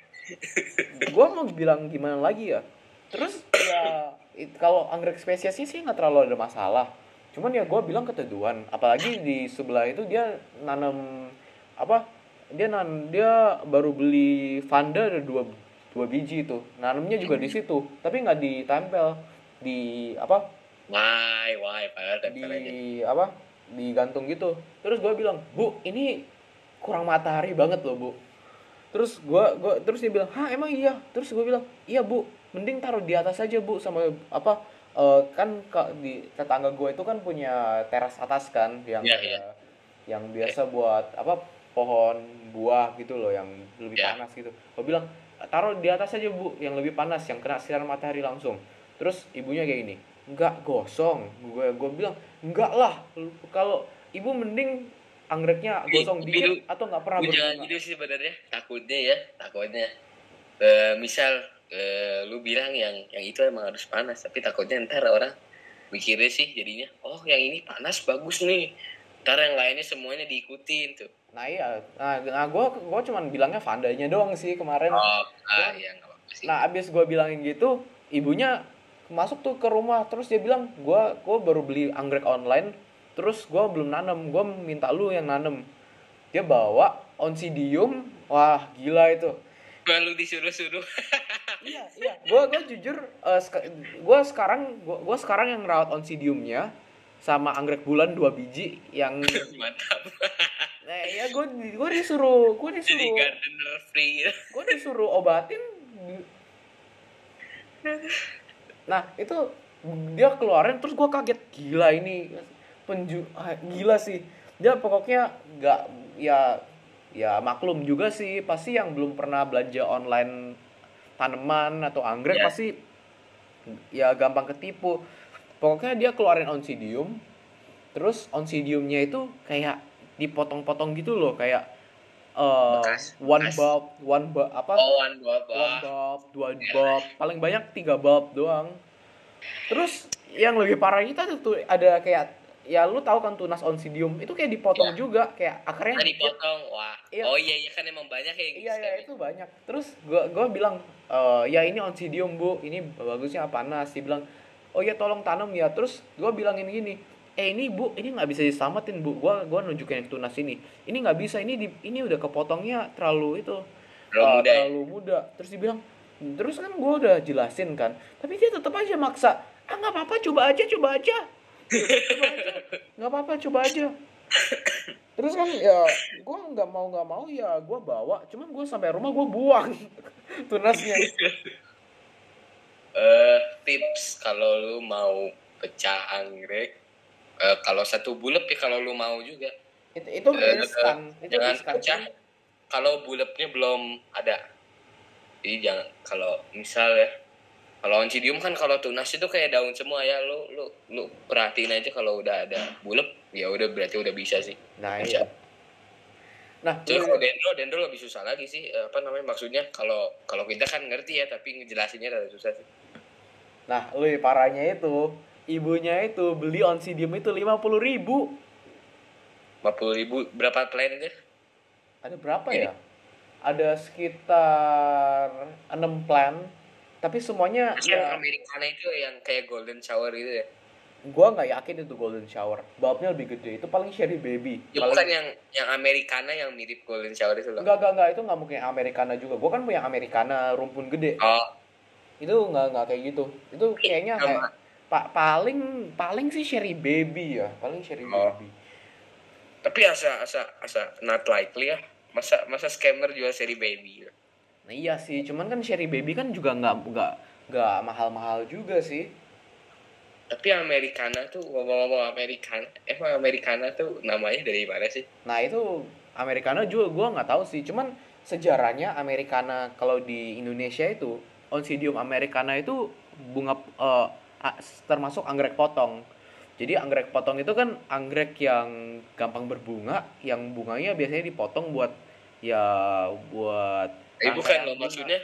Gue mau bilang gimana lagi ya? Terus ya it, kalau anggrek spesiesnya sih nggak terlalu ada masalah. Cuman ya gue bilang keteduhan. Apalagi di sebelah itu dia nanam apa? Dia nan dia baru beli Vanda ada dua dua biji itu. Nanamnya juga di situ, tapi nggak ditempel di apa? Why why padahal tempel aja. Di apa? Digantung gitu. Terus gue bilang, Bu, ini kurang matahari banget loh Bu. Terus gue gua terus dia bilang, hah emang iya. Terus gue bilang, iya Bu, mending taruh di atas aja Bu sama apa? Uh, kan di tetangga gue itu kan punya teras atas kan yang ya, ya. yang biasa buat apa pohon buah gitu loh yang lebih ya. Panas gitu. Gue bilang taruh di atas aja Bu yang lebih panas yang kena sinar matahari langsung. Terus ibunya kayak gini, enggak gosong. Gue gue bilang enggak lah, kalau ibu mending anggreknya gosong Tapi dikit lu, atau nggak pernah berbunga. Jangan gitu sih sebenarnya, takutnya ya, takutnya. E, misal e, lu bilang yang yang itu emang harus panas, tapi takutnya ntar orang mikirnya sih jadinya, oh yang ini panas bagus nih, ntar yang lainnya semuanya diikutin tuh. Nah iya, nah, nah gue gue cuman bilangnya Vandanya doang sih kemarin. Oh, ah, iya nggak apa-apa sih. Nah abis gue bilangin gitu, ibunya masuk tuh ke rumah, terus dia bilang, gue gue baru beli anggrek online, terus gue belum nanam, gue minta lu yang nanam. Dia bawa oncidium, wah gila itu. Lalu disuruh-suruh. Iya iya, gue gue jujur, uh, sek- gue sekarang gue gue sekarang yang ngerawat oncidiumnya sama anggrek bulan dua biji yang mantap. Nah ya gue gue disuruh gue disuruh jadi gardener free. Gue disuruh obatin. Nah itu dia keluarin, terus gue kaget, gila ini penju ah, gila sih dia. Pokoknya nggak ya ya maklum juga sih, pasti yang belum pernah belanja online tanaman atau anggrek yeah. pasti ya gampang ketipu. Pokoknya dia keluarin oncidium, terus oncidiumnya itu kayak dipotong-potong gitu loh, kayak Uh, bekas, one bekas. bulb, one bulb apa? Oh, one bulb, one bulb, dua bulb, paling banyak tiga bulb doang. Terus yang lebih parah itu tuh ada kayak, ya lu tahu kan tunas oncidium itu kayak dipotong ya. Juga, kayak akarnya nah, dipotong, wah. Iya. Oh iya iya kan emang banyak ya. Iya iya itu banyak. Terus gua gua bilang, e, ya ini oncidium Bu, ini bagusnya panas. Dia bilang, oh ya tolong tanam ya. Terus gue bilangin gini, eh ini bu, ini nggak bisa diselamatin bu, gue gua nunjukin yang tunas ini, ini nggak bisa, ini di, ini udah kepotongnya terlalu itu, Terlalu uh, muda ya. terlalu muda. Terus dibilang, terus kan gue udah jelasin kan, tapi dia tetap aja maksa, ah nggak apa-apa, coba aja, coba aja, coba aja, nggak apa-apa, coba aja. Terus kan ya gue nggak mau nggak mau ya gue bawa, cuman gue sampai rumah gue buang tunasnya. Eh, tips kalau lu mau pecah anggrek, eh, kalau satu bulat ya kalau lu mau juga. Itu itu Eh, riskan, itu jangan riskan. pecah kalau bulatnya belum ada. Jadi jangan, kalau misal ya, kalau oncidium kan kalau tunas itu kayak daun semua ya, lu lu lu perhatiin aja kalau udah ada bulat ya udah berarti udah bisa sih. Nah Bisa. iya. Nah, Terus lu- kalau dendro, dendro lebih susah lagi sih. Eh, apa namanya maksudnya? Kalau kalau kita kan ngerti ya, tapi ngejelasinnya rada susah sih. nah, lu parahnya itu, ibunya itu beli onsidium itu lima puluh ribu. lima puluh ribu berapa plannya? Ada berapa Ini. ya? Ada sekitar enam plan, tapi semuanya Terus yang ya Americana itu yang kayak golden shower gitu ya? gua nggak yakin itu golden shower. Bulbnya lebih gede. Itu paling cherry baby. Ya Paling- bukan yang yang Americana yang mirip golden shower itu loh. Enggak, enggak, enggak, itu nggak mungkin Americana juga. Gua kan punya Americana rumpun gede. Oh, Itu nggak nggak kayak gitu. Itu kayaknya Sama. kayak pak paling paling sih cherry baby ya, paling cherry Oh. baby. tapi asa asa asa not likely ya. Masa masa scammer jual seri baby. Nah iya sih, cuman kan cherry baby kan juga nggak nggak nggak mahal-mahal juga sih. Tapi Americana tuh, ngomong-ngomong Americana, emang Americana tuh namanya dari mana sih? Nah itu Americana juga gue nggak tahu sih, cuman sejarahnya Americana kalau di Indonesia itu Oncidium Americana itu bunga eh, a- termasuk anggrek potong. Jadi anggrek potong itu kan anggrek yang gampang berbunga, yang bunganya biasanya dipotong buat ya buat Eh bukan rangkaian loh, bunga. maksudnya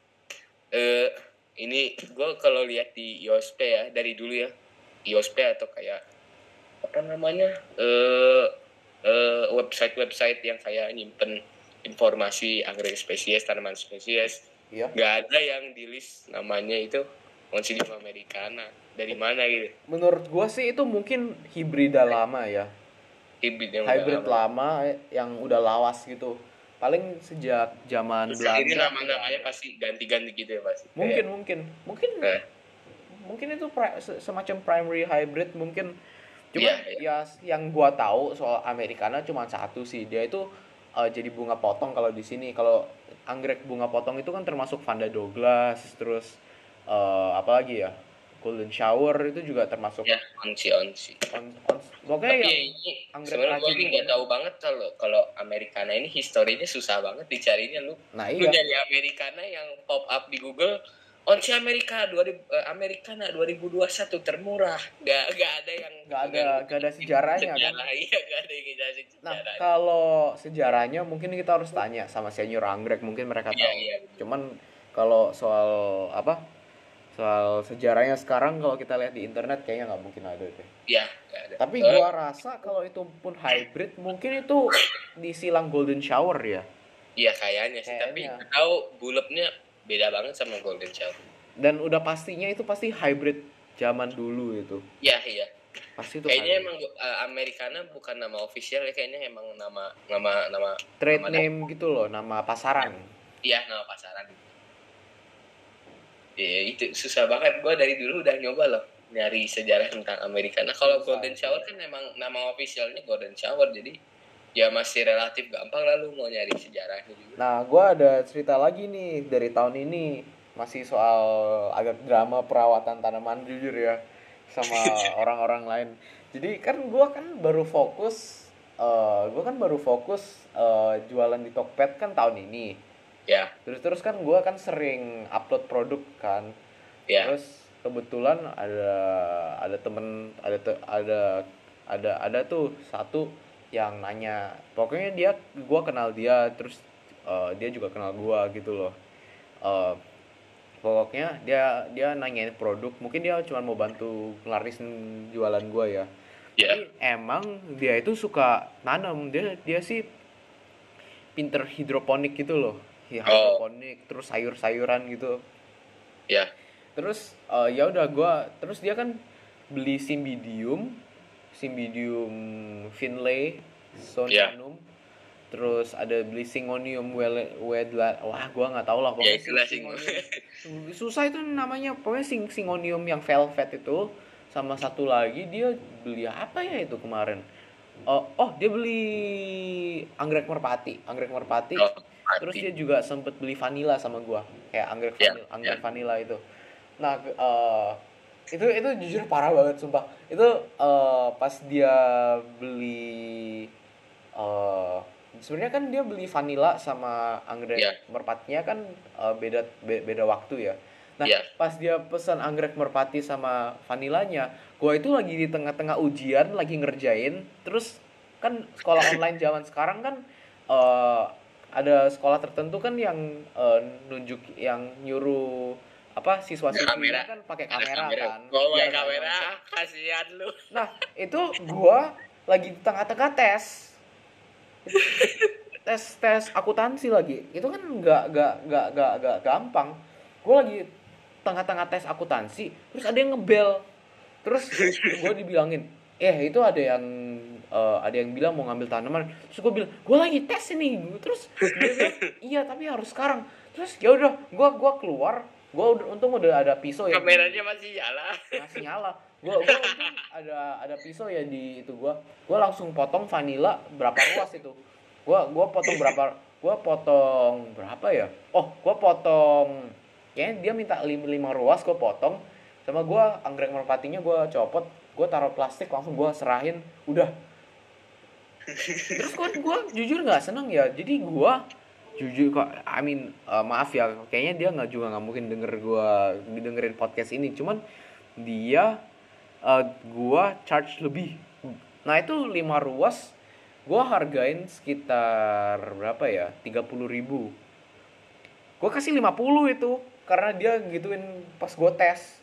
eh ini gue kalau lihat di I O S P ya, dari dulu ya, I O S P atau kayak apa namanya eh eh, website-website yang kayak nyimpen informasi anggrek spesies, tanaman spesies, Iya. nggak ada yang di list namanya itu Oncidium Americana. Dari mana gitu? Menurut gua sih itu mungkin hibrida lama ya. Hibrid yang udah Hybrid lama. lama yang udah lawas gitu. Paling sejak zaman Terus Belanda. ini nama-namanya pasti ganti-ganti gitu ya pasti. Mungkin mungkin mungkin Kayak, mungkin itu pri- se- semacam primary hybrid mungkin. Cuma Iya, ya yang gua tahu soal Americana cuma satu sih. Dia itu eh, jadi bunga potong kalau di sini. Kalau anggrek bunga potong itu kan termasuk Vanda Douglas, terus eh, apa lagi ya? Golden shower itu juga termasuk ya onsi onsi. on, on, pokoknya Tapi yang ya ini anggrek sebenarnya gue rajin ini nggak gitu. tahu banget kalau kalau Americana ini historinya susah banget dicarinya lu. Nah Lu iya, nyari Americana yang pop up di Google onsi Amerika dua ribu eh, Americana dua ribu dua puluh satu termurah. Nggak nggak ada yang nggak ada nggak ada sejarahnya kan. sejarah. Iya nggak ada yang ngejelasin Nah sejarah. kalau sejarahnya mungkin kita harus tanya sama senior anggrek, mungkin mereka Iya, tahu. iya, betul. Cuman kalau soal apa? Soal sejarahnya sekarang kalau kita lihat di internet kayaknya nggak mungkin ada deh. Iya nggak ada. Tapi Eh, gua rasa kalau itu pun hybrid mungkin itu disilang golden shower ya. Iya kayaknya sih. Tapi Kayaknya. nggak tahu bulepnya beda banget sama golden shower. Dan udah pastinya itu pasti hybrid zaman dulu itu. Iya iya. Pasti itu hybrid. Kayaknya emang uh, Americana bukan nama official ya, kayaknya emang nama nama nama Trade nama name gitu loh, nama pasaran. Iya, nama pasaran. Iya, itu susah banget. Gua dari dulu udah nyoba loh nyari sejarah tentang Americana. Kalau Susah. Golden Shower kan emang nama officialnya Golden Shower, jadi ya masih relatif gampang lah lu mau nyari sejarahnya juga. Nah, gua ada cerita lagi nih dari tahun ini, masih soal agak drama perawatan tanaman jujur ya sama orang-orang lain. Jadi kan gua kan baru fokus eh gua kan baru fokus eh, jualan di Tokped kan tahun ini. Ya, Terus-terus kan gua kan sering upload produk kan. ya. Terus kebetulan ada ada temen ada te- ada ada ada tuh satu yang nanya, pokoknya dia gua kenal dia, terus eh, dia juga kenal gua gitu loh. Eh, pokoknya dia dia nanyain produk, mungkin dia cuma mau bantu ngelarisin jualan gua ya. Ya. Tapi emang dia itu suka nanam, dia dia sih pinter hidroponik gitu loh. Ya, hidroponik terus sayur-sayuran gitu. Ya. Terus eh, ya udah gue, terus dia kan beli Cymbidium, Cymbidium Finlay, Ya, Sonianum, terus ada beli Syngonium wel- wedla, wah gue nggak tahu lah ya pokoknya si itulah sih. Syngonium susah itu namanya, pokoknya sing Syngonium yang velvet itu, sama satu lagi dia beli apa ya itu kemarin. Oh, oh dia beli anggrek merpati, anggrek merpati. Oh, Terus mati. dia juga sempet beli vanila sama gua, kayak anggrek Ya, vanila, ya. anggrek vanila itu. Nah, ke- eh, itu itu jujur parah banget sumpah. Itu eh, pas dia beli eh sebenarnya kan dia beli vanila sama anggrek Ya, merpatinya kan eh, beda be- beda waktu ya. Nah, ya. pas dia pesan anggrek merpati sama vanilanya, gua itu lagi di tengah-tengah ujian, lagi ngerjain, terus kan sekolah online zaman sekarang kan eh, ada sekolah tertentu kan yang eh, nunjuk yang nyuruh apa Ada kamera. siswa-siswinya kan pakai Ada kamera kamera. kan. Oh, Iya, pakai nah, yang kamera. se- Kasihan lu. nah, itu gua lagi di tengah-tengah tes tes tes akuntansi lagi, itu kan nggak nggak nggak nggak nggak gampang. Gue lagi tengah-tengah tes akuntansi, terus ada yang ngebel, terus gue dibilangin eh itu ada yang eh, ada yang bilang mau ngambil tanaman, terus gue bilang gue lagi tes ini, terus dia bilang iya tapi harus sekarang. Terus ya udah gue gua keluar, gue untung udah ada pisau ya di, Kameranya masih nyala. masih nyala. Gue gue untung ada ada pisau ya di itu, gue gue langsung potong vanila berapa ruas itu. Gue gue potong berapa, gue potong berapa ya, oh gue potong kayaknya dia minta lima, lima ruas, gue potong. Sama gue anggrek merpatinya gue copot, gue taruh plastik, langsung gue serahin, udah. Terus gue gue jujur nggak seneng ya, jadi gue jujur kok, I mean eh, maaf ya, kayaknya dia nggak juga nggak mungkin denger gue dengerin podcast ini, cuman dia eh, gue charge lebih. Nah itu lima ruas gue hargain sekitar berapa ya, tiga puluh ribu. Gue kasih lima puluh itu karena dia gituin pas gue tes.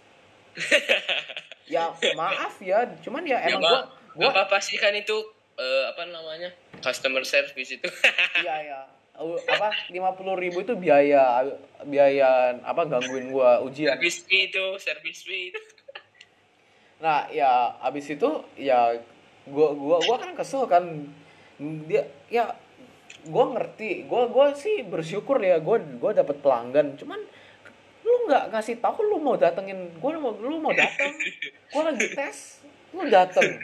Ya maaf ya, cuman ya Ya, emang gue Pak. gue Gak apa-apa sih kan itu eh, apa namanya? Customer service itu. iya ya. Uh, apa lima puluh ribu itu biaya biaya apa gangguin gue ujian. Service fee itu, service fee itu. Nah ya abis itu ya gua gua gua kan kesel kan, dia ya gua ngerti, gua gua sih bersyukur ya, gua gua dapat pelanggan, cuman lu nggak ngasih tahu lu mau datengin gua, lu mau lu mau datang, gua lagi tes lu dateng.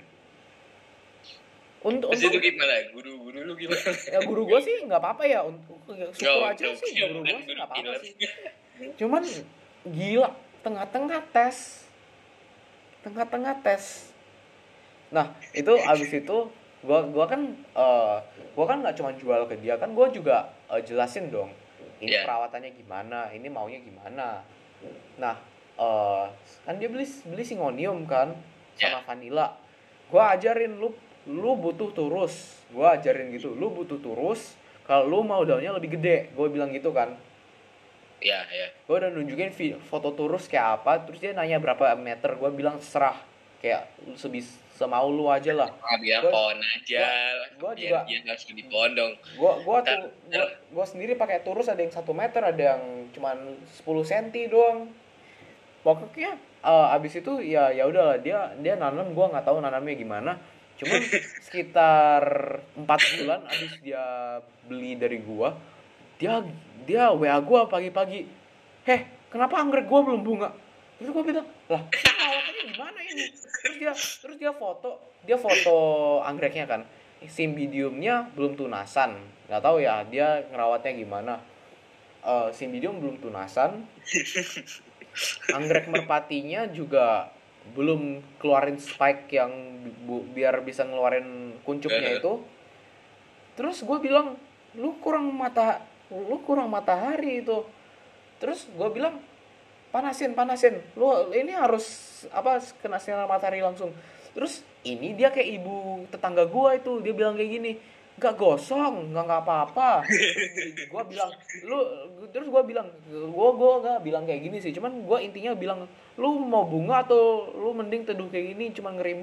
Untuk Terus itu untuk gimana? Guru-guru lu gimana? ya guru gua sih nggak apa-apa ya, untuk syukur Oh, aja joke. sih, guru gua Kan sih guru nggak apa-apa killer. sih. Cuman gila, tengah-tengah tes tengah-tengah tes. Nah, itu abis itu gua gua kan eh gua kan nggak cuma jual ke dia kan, gua juga eh, jelasin dong. Ini Ya, perawatannya gimana, ini maunya gimana. Nah, eh kan dia beli beli Singonium kan sama ya, vanilla. Gua ajarin lu lu butuh turus. Gua ajarin gitu, lu butuh turus kalau lu mau daunnya lebih gede. Gua bilang gitu kan. ya, ya. Gue udah nunjukin vi- foto turus kayak apa, terus dia nanya berapa meter, gue bilang serah, kayak lu sebis semau lu aja lah. Ah, biar Gue pohon aja lah. gue Biar juga dia nggak suka dipondong. gue gue Ntar, tuh gue ntar, gue sendiri pakai turus, ada yang satu meter, ada yang cuman sepuluh senti doang. Pokoknya eh, abis itu ya ya udahlah, dia dia nanam, gue nggak tahu nanamnya gimana. Cuman sekitar empat bulan abis dia beli dari gua, dia dia W A gua pagi-pagi, heh kenapa anggrek gua belum bunga. Terus gua bilang lah perawatannya gimana ini. Terus dia terus dia foto dia foto anggreknya kan, Cymbidiumnya belum tunasan, nggak tahu ya dia ngerawatnya gimana. Eh Cymbidium belum tunasan, anggrek merpatinya juga belum keluarin spike yang bu- biar bisa ngeluarin kuncupnya itu. Terus gue bilang lu kurang mata lu kurang matahari itu. Terus gue bilang panasin panasin lu ini harus apa, kena sinar matahari langsung. Terus ini dia kayak ibu tetangga gue itu, dia bilang kayak gini, nggak gosong, nggak nggak apa-apa. Gue bilang lu, terus gue bilang gue gue nggak bilang kayak gini sih, cuman gue intinya bilang lu mau bunga atau lu mending teduh kayak gini cuman ngerimbun.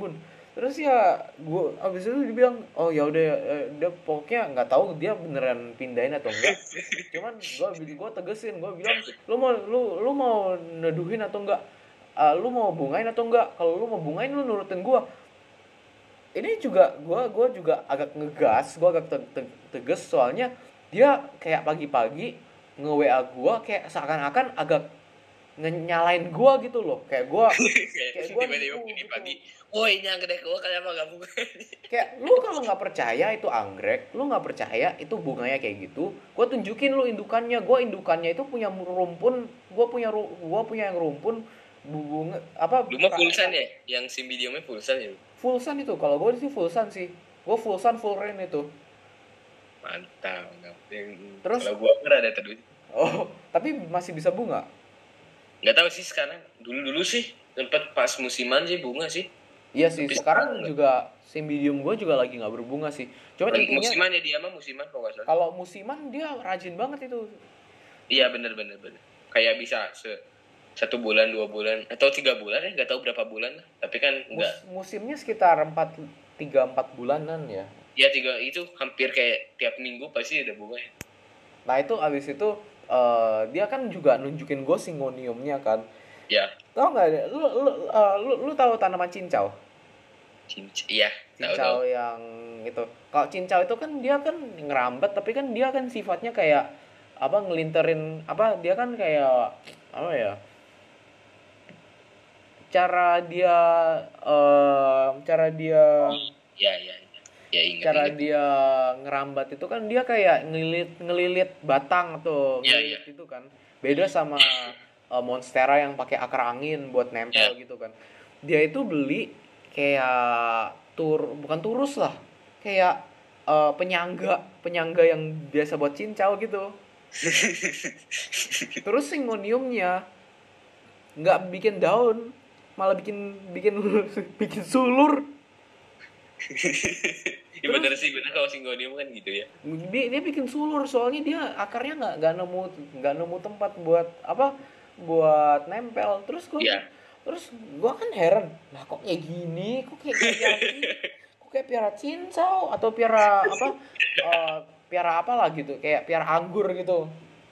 Terus ya gue abis itu dibilang oh ya udah eh, dia pokoknya nggak tahu dia beneran pindahin atau enggak. Cuman gue gue tegesin, gue bilang lu mau lu lu mau neduhin atau enggak. Ah, lu mau bungain atau enggak? Kalau lu mau bungain lu nurutin gue. Ini juga gue gue juga agak ngegas, gue agak te- te- tegas soalnya dia kayak pagi-pagi nge-W A gue kayak seakan-akan agak nyalain gue gitu loh, kayak gue kayak gue Tiba-tiba nipu gitu. pagi-pagi, woi ini anggrek gue kenapa gak bunga? Kayak lu kalau nggak percaya itu anggrek, lu nggak percaya itu bunganya kayak gitu, gue tunjukin lu indukannya. Gue indukannya itu punya rumpun, gue punya ru- gue punya yang rumpun bunga apa Lu mah ra- pulsan ra- ya? Yang sim videonya pulsan ya? full sun itu. Kalau gue sih full sun sih, gue full sun full rain itu. Mantap. Terus Kalau gua kan ada terus. oh tapi masih bisa bunga. Nggak tahu sih sekarang. Dulu-dulu sih tempat pas musiman sih bunga sih. Iya sih, Tapi sekarang sekarang juga Symbidium gue juga lagi nggak berbunga sih. Cuman nggak. intinya Musiman ya dia mah musiman kalau nggak salah. kalau musiman dia rajin banget itu. Iya bener bener bener. Kayak bisa se satu bulan dua bulan atau tiga bulan ya nggak tahu berapa bulan lah. Tapi kan nggak. Mus- musimnya sekitar empat tiga empat bulanan ya. Ya tiga itu hampir kayak tiap minggu pasti ada bunga ya. Nah itu abis itu eh, dia kan juga nunjukin gue singoniumnya kan. Ya. Tahu nggak? Lu lu, eh, lu lu tahu tanaman cincau? Cinc- Iya tahu tahu. Cincau yang itu. Kalau cincau itu kan dia kan ngerambat, tapi kan dia kan sifatnya kayak apa ngelinterin apa dia kan kayak apa ya? Cara dia eh cara dia Ya ya ya. Ya ingat cara ingat. dia ngerambat itu kan dia kayak ngelilit ngelilit batang tuh, Iya, ngelilit iya. itu kan. Beda sama eh, monstera yang pakai akar angin buat nempel Iya. gitu kan. Dia itu beli kayak tur bukan turus lah. Kayak eh, penyangga, penyangga yang biasa buat cincau gitu. Terus singoniumnya nggak bikin daun, malah bikin bikin bikin sulur. Ya bener sih bener kalau singgonium kan gitu ya. dia, dia bikin sulur soalnya dia akarnya nggak nggak nemu nggak nemu tempat buat apa buat nempel. Terus gua Iya. terus gua kan heran, lah kok kayak gini, kok kayak piara kok kayak piara cincau atau piara apa eh, piara apa lah gitu, kayak piara anggur gitu.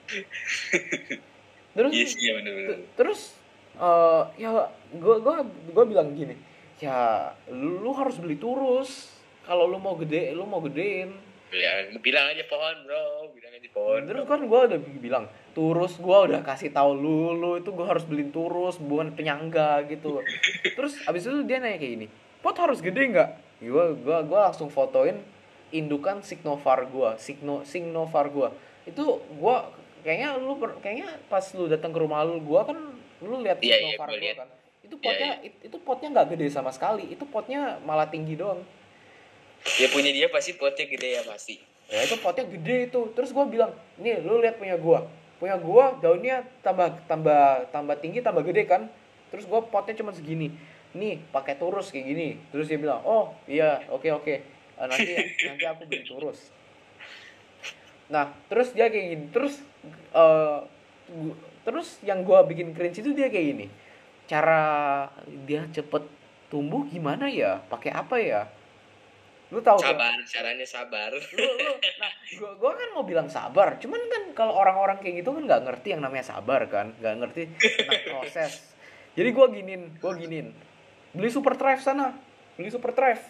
Terus Iya sih ya bener bener. t- terus eh, ya gua gua gua bilang gini, ya lu harus beli turus kalau lu mau gede, lu mau gedein. Ya bilang aja pohon bro, bilang aja pohon. Terus Bro. kan gue udah bilang turus, gue udah kasih tahu lu, lu itu gue harus beliin turus, bukan penyangga gitu. Terus abis itu dia nanya kayak gini, pot harus gede nggak? Gue gua gua langsung fotoin indukan signovar gue, signo signovar gue. Itu gue kayaknya lu per- kayaknya pas lu datang ke rumah lu, gue kan lu lihat Iya, iya, signovar gua gue lihat. kan. Itu Iya, potnya it- itu potnya nggak gede sama sekali, itu potnya malah tinggi doang. Ya punya dia pasti potnya gede ya pasti. Ya itu potnya gede itu. Terus gue bilang, nih lu lihat punya gua, punya gua daunnya tambah tambah tambah tinggi tambah gede kan. Terus gua potnya cuma segini, nih pakai turus kayak gini. Terus dia bilang, oh iya oke oke. Eh, nanti nanti aku beli turus. Nah terus dia kayak gini. Terus eh gu- terus yang gua bikin cringe itu dia kayak gini. Cara dia cepet tumbuh gimana ya? Pakai apa ya? Lu tahu kan? Sabar, caranya sabar. lu, lu nah gua gua kan mau bilang sabar, cuman kan kalau orang-orang kayak gitu kan nggak ngerti yang namanya sabar kan, nggak ngerti tentang proses. Jadi gua ginin gua ginin beli super thrive sana, beli super thrive.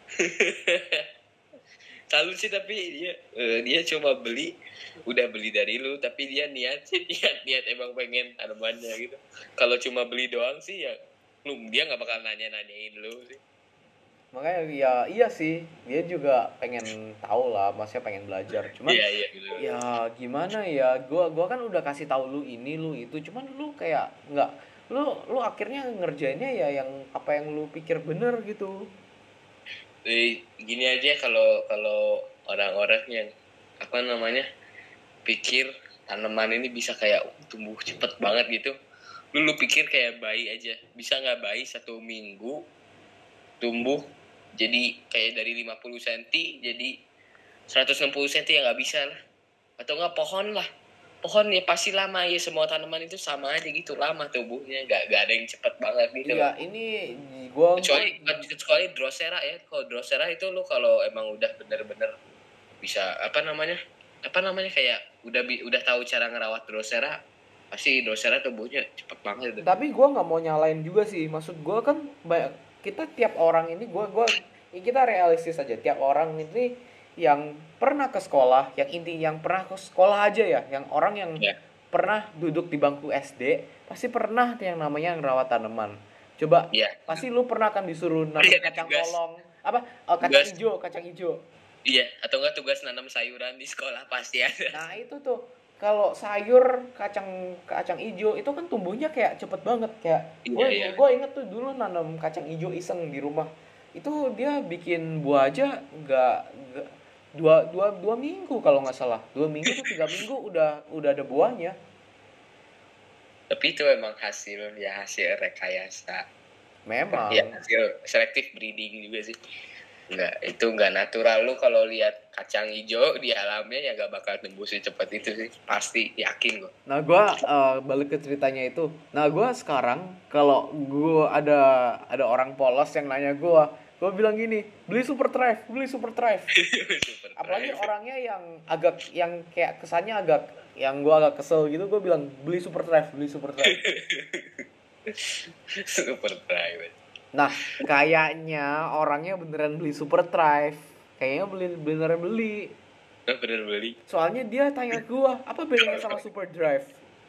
Salut sih tapi dia eh, dia cuma beli udah beli dari lu tapi dia niat sih niat niat emang pengen tanamannya gitu. Kalau cuma beli doang sih ya lu dia nggak bakal nanya nanyain lu sih. Makanya ya iya sih, dia juga pengen tahu lah, maksudnya pengen belajar. Cuman Iya iya gitu. ya gimana ya, gua gua kan udah kasih tahu lu ini lu itu, cuman lu kayak nggak, lu lu akhirnya ngerjainnya ya yang apa yang lu pikir bener gitu. Eh, gini aja kalau kalau orang-orang yang apa namanya pikir tanaman ini bisa kayak tumbuh cepet banget gitu, lu, lu pikir kayak bayi aja bisa nggak bayi satu minggu tumbuh jadi kayak dari lima puluh sentimeter jadi seratus enam puluh sentimeter ya nggak bisa lah, atau nggak pohon lah pohon ya pasti lama ya, semua tanaman itu sama aja gitu lama tumbuhnya, gak, gak ada yang cepet banget gitu. Iya, ini gua kecuali gua, kecuali Drosera ya. Kalau Drosera itu lu kalau emang udah bener-bener bisa apa namanya apa namanya kayak udah udah tahu cara ngerawat Drosera, pasti Drosera tumbuhnya cepet banget itu. Tapi gue nggak mau nyalain juga sih, maksud gue kan banyak, kita tiap orang ini gue gua kita realistis aja, tiap orang ini yang pernah ke sekolah, yang inti yang pernah ke sekolah aja ya, yang orang yang Ya. pernah duduk di bangku S D pasti pernah yang namanya ngerawat tanaman. Coba, Ya. pasti lu pernah kan disuruh nanam Iya, kacang tugas. kolong, apa oh, kacang Tugas. hijau, kacang hijau. Iya, atau enggak tugas nanam sayuran di sekolah pasti ada. Nah itu tuh, kalau sayur kacang kacang hijau itu kan tumbuhnya kayak cepet banget, kayak gue Iya, iya. gue inget tuh dulu nanam kacang hijau iseng di rumah, itu dia bikin buah aja nggak nggak- dua dua dua minggu kalau nggak salah, dua minggu tuh tiga minggu udah udah ada buahnya. Tapi itu emang hasil ya hasil rekayasa. Memang. Ya hasil selective breeding juga sih. Enggak, itu enggak natural. Lu kalau lihat kacang hijau di alamnya ya gak bakal tembus secepat itu sih. Pasti, yakin gua. Nah gue uh, balik ke ceritanya itu. Nah gue sekarang kalau gue ada ada orang polos yang nanya gue, gue bilang gini, beli Super Thrive, beli Super Thrive. Super Apalagi Thrive. orangnya yang agak yang kayak kesannya agak yang gue agak kesel gitu, gue bilang beli Super Thrive, beli Super Thrive. Super Thrive. Nah kayaknya orangnya beneran beli Super Thrive, kayaknya beli beneran beli. Nah, bener beli. Soalnya dia tanya gue, apa bedanya sama Super Drive?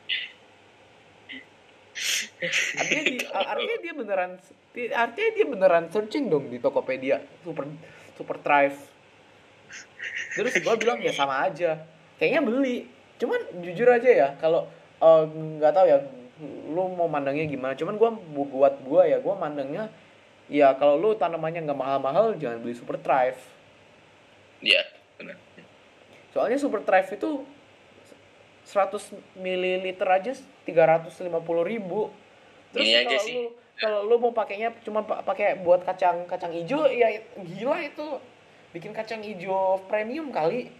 Artinya, di, artinya dia beneran artinya dia beneran searching dong di Tokopedia Super Super Thrive. Terus gue bilang ya sama aja, kayaknya beli. Cuman jujur aja ya, kalau nggak uh, tahu ya lu mau mandangnya gimana. Cuman gue buat gue ya, gue mandangnya ya kalau lu tanamannya nggak mahal-mahal jangan beli Super Thrive. Iya, benar. Soalnya Super Thrive itu seratus mililiter aja tiga ratus lima puluh ribu. Terus Ini aja kalau sih. lu kalau lu mau pakainya cuma pakai buat kacang kacang hijau ya gila itu. Bikin kacang hijau premium kali.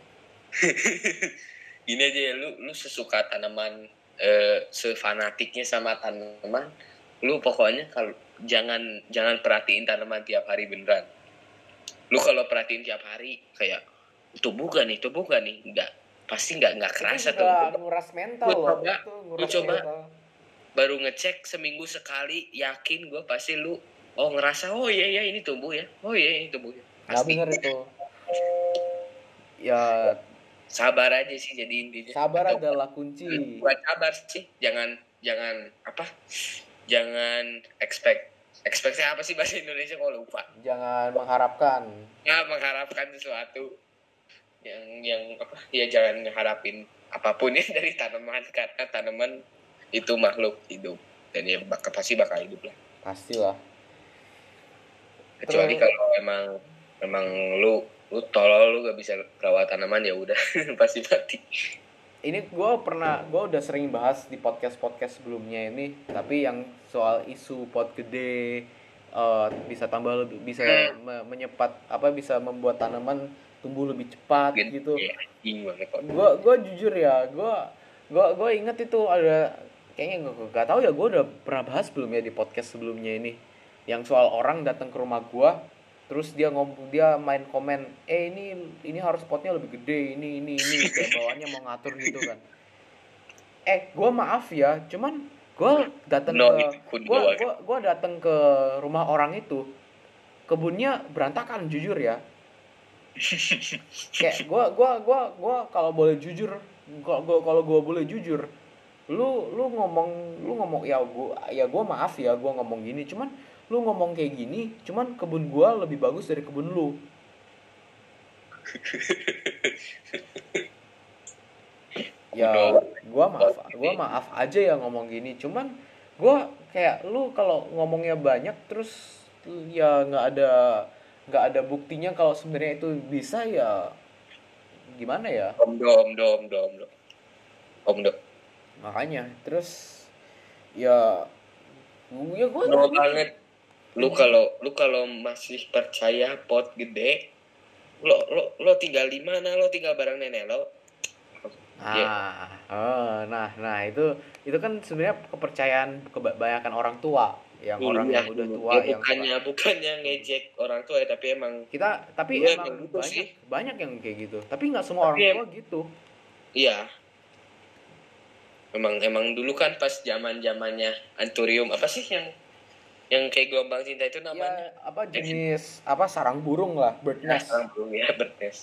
Gini aja ya, lu lu sesuka tanaman, eh, sefanatiknya sama tanaman, lu pokoknya kalau jangan jangan perhatiin tanaman tiap hari beneran. Lu kalau perhatiin tiap hari kayak tumbuh gak nih, tumbuh gak nih, enggak, pasti nggak nggak kerasa itu tuh. juga nguras mental Lu loh. coba, Itu lu nguras coba mental. baru ngecek seminggu sekali, yakin gue pasti lu oh ngerasa oh iya iya ini tumbuh ya, oh iya ini tumbuh ya, Nggak pasti. bener itu. Ya Sabar aja sih jadi intinya. sabar Atau adalah kunci. buat sabar sih, jangan jangan apa, jangan expect expectnya apa sih bahasa Indonesia kalau lupa. Jangan mengharapkan. Ya mengharapkan sesuatu yang yang apa ya, jangan mengharapin apapun ya dari tanaman, karena tanaman itu makhluk hidup dan ya bakal pasti bakal hidup lah. Pastilah. Kecuali Terus- kalau emang emang lu lu tolol, lu gak bisa rawat tanaman, ya udah pasti mati. Ini gue pernah, gue udah sering bahas di podcast-podcast sebelumnya ini, tapi yang soal isu pot gede uh, bisa tambah lebih, bisa Hmm. me- menyepat apa, bisa membuat tanaman tumbuh lebih cepat gitu. Ya, anjing banget kok. Gue gue jujur ya, gue gue gue inget itu ada, kayaknya gue gak tahu ya, gue udah pernah bahas belum ya di podcast sebelumnya ini, yang soal orang datang ke rumah gue, terus dia ngomong, dia main komen, eh ini ini harus potnya lebih gede, ini ini ini kayak bawahnya mau ngatur gitu kan. Eh gue maaf ya, cuman gue datang No, ke itu kudu gue doang. gue gue datang ke rumah orang itu, kebunnya berantakan jujur ya. Kayak gue gue gue gue kalau boleh jujur, kalau gue kalau gue boleh jujur, lu lu ngomong lu ngomong ya gue ya gue maaf ya gue ngomong gini, cuman lu ngomong kayak gini, cuman kebun gue lebih bagus dari kebun lu. Ya gue maaf gue maaf aja ya ngomong gini, cuman gue kayak lu kalau ngomongnya banyak terus ya nggak ada nggak ada buktinya kalau sebenarnya itu bisa, ya gimana ya. Om do, om do, om do, om do. Om do. Makanya terus ya ya gue No banget. Lu kalau lu kalau masih percaya pot gede, lo lo lo tinggal di mana? Lo tinggal bareng nenek lo. Ya, Ah, oh, nah, nah itu itu kan sebenarnya kepercayaan kebanyakan orang tua, yang dulu orang ya yang udah dulu. tua Ya yang suka bukannya bukannya ngejek orang tua ya, tapi emang kita, tapi dulu emang emang gitu sih. banyak banyak yang kayak gitu. Tapi nggak semua Tapi orang em- tua gitu. iya, emang emang dulu kan pas zaman zamannya Anturium apa sih yang yang kayak gelombang cinta itu namanya? Ya apa Yang jenis apa sarang burung lah, bird ya, nest. sekarang belum ya bertes.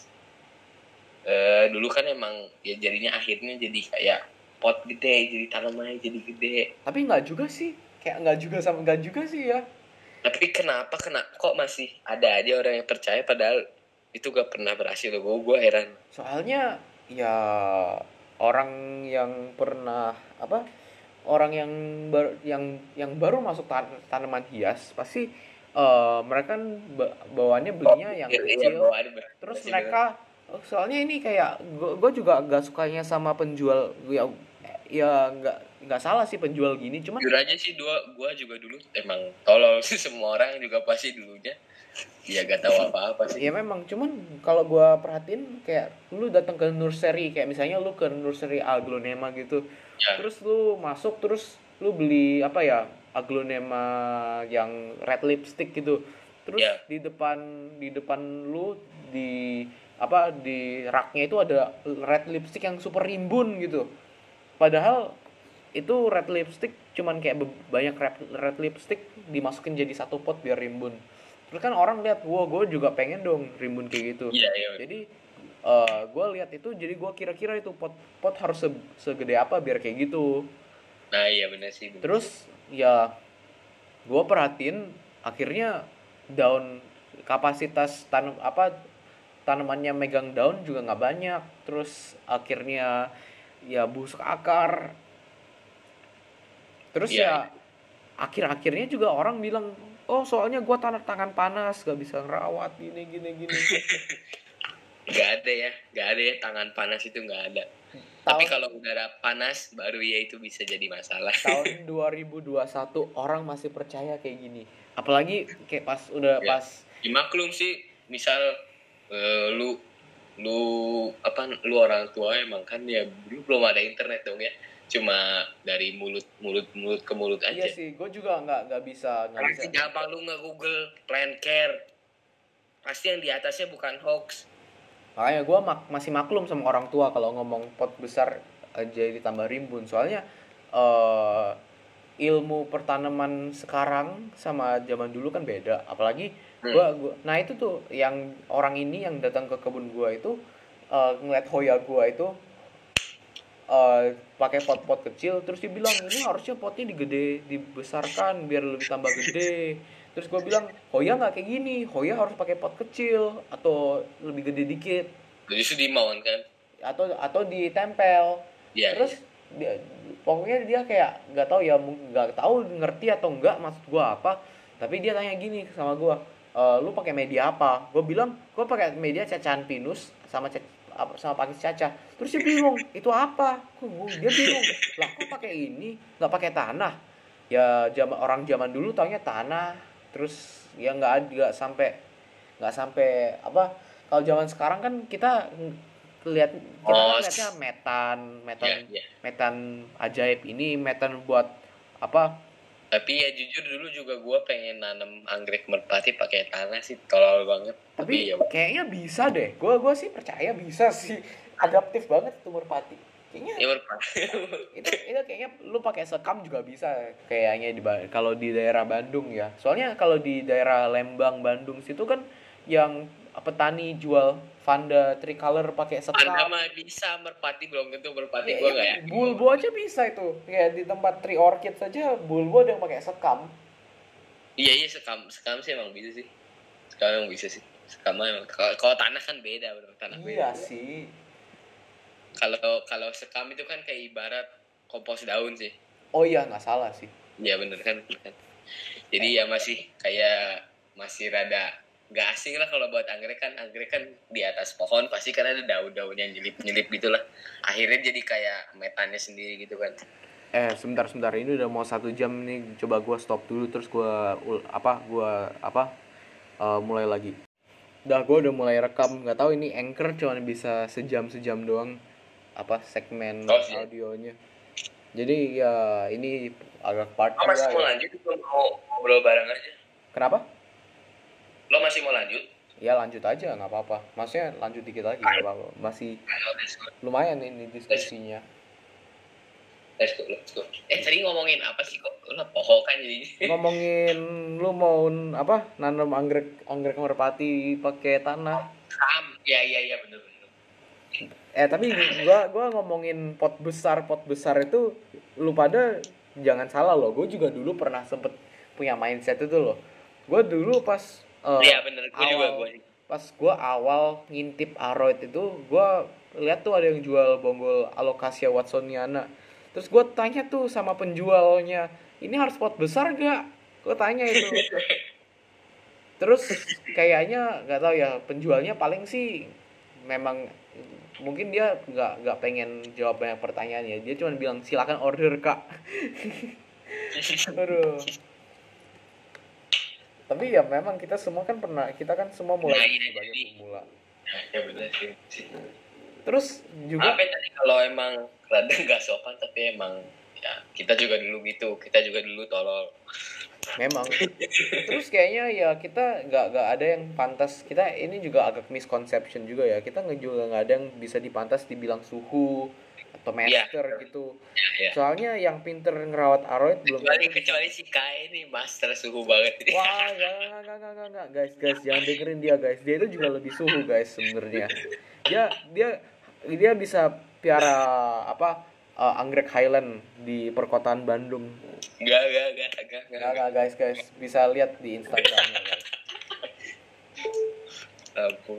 Eh, dulu kan emang ya jadinya akhirnya jadi kayak pot gede, jadi tanamannya jadi gede. Tapi nggak juga sih, kayak nggak juga sama nggak juga sih ya. Tapi kenapa kena kok masih ada aja orang yang percaya padahal itu gak pernah berhasil loh. Gue gue heran. Soalnya ya orang yang pernah apa orang yang bar, yang yang baru masuk tan tanaman hias pasti eh, mereka kan ba- bawaannya belinya yang Iya, iya kecil, bawa ada terus masih bener. mereka oh, soalnya ini kayak gue juga gak sukanya sama penjual ya, ya nggak nggak salah sih penjual gini, cuman Jujur aja sih dua gue juga dulu emang tolol sih, semua orang juga pasti dulunya dia gak tahu apa-apa ya sih. memang cuman kalau gue perhatiin kayak lu datang ke nursery, kayak misalnya lu ke nursery aglonema gitu, Ya, terus lu masuk terus lu beli apa ya aglonema yang red lipstick gitu, terus ya, di depan di depan lu di apa di raknya itu ada red lipstick yang super rimbun gitu, padahal itu red lipstick cuman kayak be- banyak red, red lipstick dimasukin jadi satu pot biar rimbun. Terus kan orang lihat, wah gue juga pengen dong rimbun kayak gitu. iya, iya. Jadi uh, gue lihat itu, jadi gue kira-kira itu pot pot harus se- segede apa biar kayak gitu. Nah iya bener sih, bener sih. Terus ya gue perhatiin akhirnya daun kapasitas tanam apa tanamannya megang daun juga nggak banyak. Terus akhirnya ya busuk akar. Terus Iya, iya. ya akhir-akhirnya juga orang bilang, oh soalnya gue tangan tangan panas gak bisa ngerawat gini gini gini. Gak ada ya, gak ada ya tangan panas itu gak ada. Tapi tahun kalau udara panas baru ya itu bisa jadi masalah. tahun dua ribu dua puluh satu orang masih percaya kayak gini, apalagi kayak pas udah Ya, pas dimaklum sih. Misal eh, lu lu apa lu orang tua emang kan ya dulu belum ada internet dong ya. Cuma dari mulut mulut mulut ke mulut iya aja. sih gue juga nggak nggak bisa nggak bisa Pasti gampang lu nge-google plant care. Pasti yang di atasnya bukan hoax. makanya gue mak- masih maklum sama orang tua kalau ngomong pot besar aja ditambah rimbun, soalnya eh ilmu pertanaman sekarang sama zaman dulu kan beda, apalagi Hmm. gua gua nah itu tuh yang orang ini yang datang ke kebun gua itu eh, ngeliat hoya gua itu eh, pakai pot-pot kecil, terus dia bilang ini harusnya potnya digede dibesarkan biar lebih tambah gede. Terus gua bilang hoya nggak kayak gini, hoya harus pakai pot kecil atau lebih gede dikit Justru di mount kan. atau atau ditempel. Iya, Terus iya. dia pokoknya dia kayak nggak tahu ya, nggak tahu ngerti atau enggak maksud gua apa, tapi dia tanya gini sama gua, e, lu pakai media apa? Gua bilang gua pakai media cacahan pinus sama cac- apa- sama pakis cacah. Terus dia bingung itu apa. Kok gua- dia bingung lah, kok pakai ini nggak pakai tanah? Ya zaman orang zaman dulu taunya tanah, terus ya nggak ad- nggak sampai nggak sampai apa, kalau zaman sekarang kan kita lihat kita kan Oh, lihatnya s- metan metan ya, ya. metan ajaib ini, metan buat apa. Tapi ya jujur dulu juga gue pengen nanam anggrek merpati pakai tanah sih, tolol banget. Tapi Tapi ya, kayaknya bisa deh, gue gue sih percaya bisa sih, adaptif banget tuh merpati kayaknya. ya merpati. itu itu kayaknya lu pakai sekam juga bisa kayaknya di Ba- kalau di daerah Bandung ya, soalnya kalau di daerah Lembang Bandung situ kan yang petani jual Vanda tricolor pakai Anda sekam. mah bisa, merpati belum tentu, Ya, merpati gue ya nggak yakin. bulbo aja bisa itu. Kayak di tempat tree orchid saja bulbo ada yang pakai sekam. Iya iya sekam sekam sih emang bisa sih. Sekam emang bisa sih. Sekam emang kalau kalau tanah kan beda, bro. Tanah Iya beda. sih. Kalau kalau sekam itu kan kayak ibarat kompos daun sih. Oh iya nggak salah sih. Iya bener kan. Jadi Eh, ya masih kayak masih rada nggak asing lah kalau buat anggrek kan. Anggrek kan di atas pohon pasti kan ada daun-daun yang nyelip-nyelip gitu lah. Akhirnya jadi kayak metannya sendiri gitu kan. eh sebentar sebentar ini udah mau satu jam nih. Coba gua stop dulu terus gua ul- apa gua apa eh, mulai lagi. Udah gua udah mulai rekam. Nggak tahu ini anchor cuma bisa sejam sejam doang. apa segmen Oh, iya. audionya. Jadi ya ini agak part Lo masih dua mau ya. lanjut? Lo mau ngobrol bareng aja? Kenapa? Lo masih mau lanjut? Ya lanjut aja nggak apa-apa. Maksudnya lanjut dikit lagi nggak apa-apa. Masih Ayo, let's go. lumayan ini Let's, diskusinya. let's go, let's go. Eh, tadi ngomongin apa sih kok? Lo pohon kan jadi. Ngomongin lu mau apa? Nanam anggrek anggrek merpati pakai tanah. Sam. Iya, iya, iya, bener-bener. Eh tapi gua gua ngomongin pot besar pot besar itu lu pada jangan salah loh. Gue juga dulu pernah sempet punya mindset itu loh. Gue dulu pas uh, Iya, bener. Gue juga, awal gue. pas gue awal ngintip Aroid itu gue lihat tuh ada yang jual bonggol Alocasia watsoniana. Terus gue tanya tuh sama penjualnya, ini harus pot besar gak? Gue tanya itu. Terus kayaknya nggak tahu ya penjualnya paling sih memang mungkin dia nggak nggak pengen jawab banyak pertanyaan ya, dia cuma bilang silakan order kak. Aduh. Tapi ya memang kita semua kan pernah, kita kan semua mulai Nah, iya, sebagai jadi. pemula. Nah, ya bener sih. Terus juga Apa ya tadi kalau emang rada nggak sopan tapi emang ya kita juga dulu gitu, kita juga dulu tolol. memang terus kayaknya ya kita nggak nggak ada yang pantas, kita ini juga agak misconception juga ya, kita nggak juga nggak ada yang bisa dipantas dibilang suhu atau master Iya. gitu. Ya, ya. Soalnya yang pinter ngerawat Aroid belum Kecuali tentu kecuali si Kai ini master suhu banget ini. wah nggak nggak nggak nggak nggak nggak guys guys jangan dengerin dia guys, dia itu juga lebih suhu guys sebenarnya. Dia dia dia bisa piara apa uh, anggrek Highland di perkotaan Bandung. Enggak, enggak, enggak, enggak, Nggak nggak guys guys bisa lihat di Instagramnya guys. Ampun.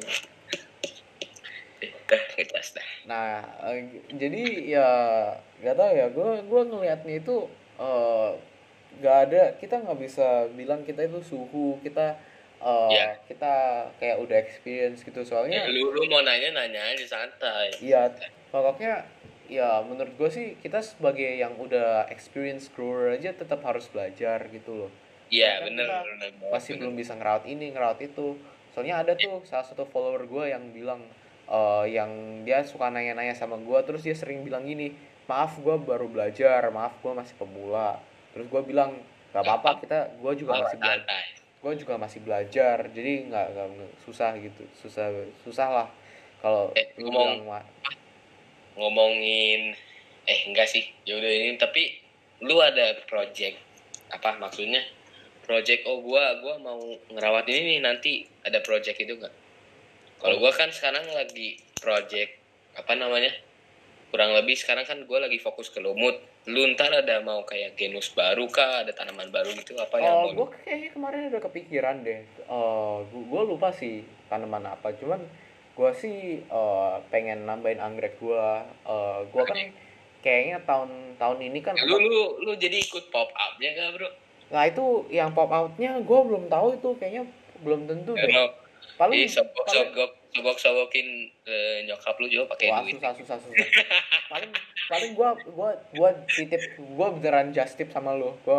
Eh, dah, kelas dah. Nah eh, jadi ya nggak tahu ya, gue gue ngelihatnya itu eh, nggak ada, kita nggak bisa bilang kita itu suhu, kita eh, Ya. kita kayak udah experience gitu Ya, soalnya. lu lu mau nanya nanya aja santai. Iya, pokoknya ya menurut gue sih kita sebagai yang udah experience grower aja tetap harus belajar gitu loh. Iya, Soalnya kan bener, kita bener, masih bener. belum bisa ngerawat ini, ngerawat itu. Soalnya ada tuh salah satu follower gue yang bilang eh, yang dia suka nanya-nanya sama gue, terus dia sering bilang gini, maaf gue baru belajar, maaf gue masih pemula. Terus gue bilang gak apa-apa, kita gue juga Malah masih belajar, santai. gue juga masih belajar, jadi nggak nggak nggak- susah gitu, susah susah lah kalau Eh, lu ngomong bilang "Wah, ngomongin eh enggak sih, ya udah ini tapi lu ada project apa maksudnya? Project oh gua gua mau ngerawat ini nih nanti ada project itu enggak? Kalau gua kan sekarang lagi project apa namanya? Kurang lebih sekarang kan gua lagi fokus ke lumut. Lu ntar ada mau kayak genus baru kah? Ada tanaman baru gitu apa yang oh mau lu? gue kayaknya kemarin udah kepikiran deh, uh, gue lupa sih tanaman apa, cuman gue sih eh, pengen nambahin anggrek gue. uh, gue kan kayaknya tahun tahun ini kan Lu lu lu jadi ikut pop up-nya enggak, Bro? nah itu yang pop outnya gue belum tahu, itu kayaknya belum tentu deh. No. Paling Ih, sobok paling sobok sobok sobokin eh, nyokap lu juga pakai wah duit. susah susah susah. paling paling gue gue gue titip, gue beneran just tip sama lu, gue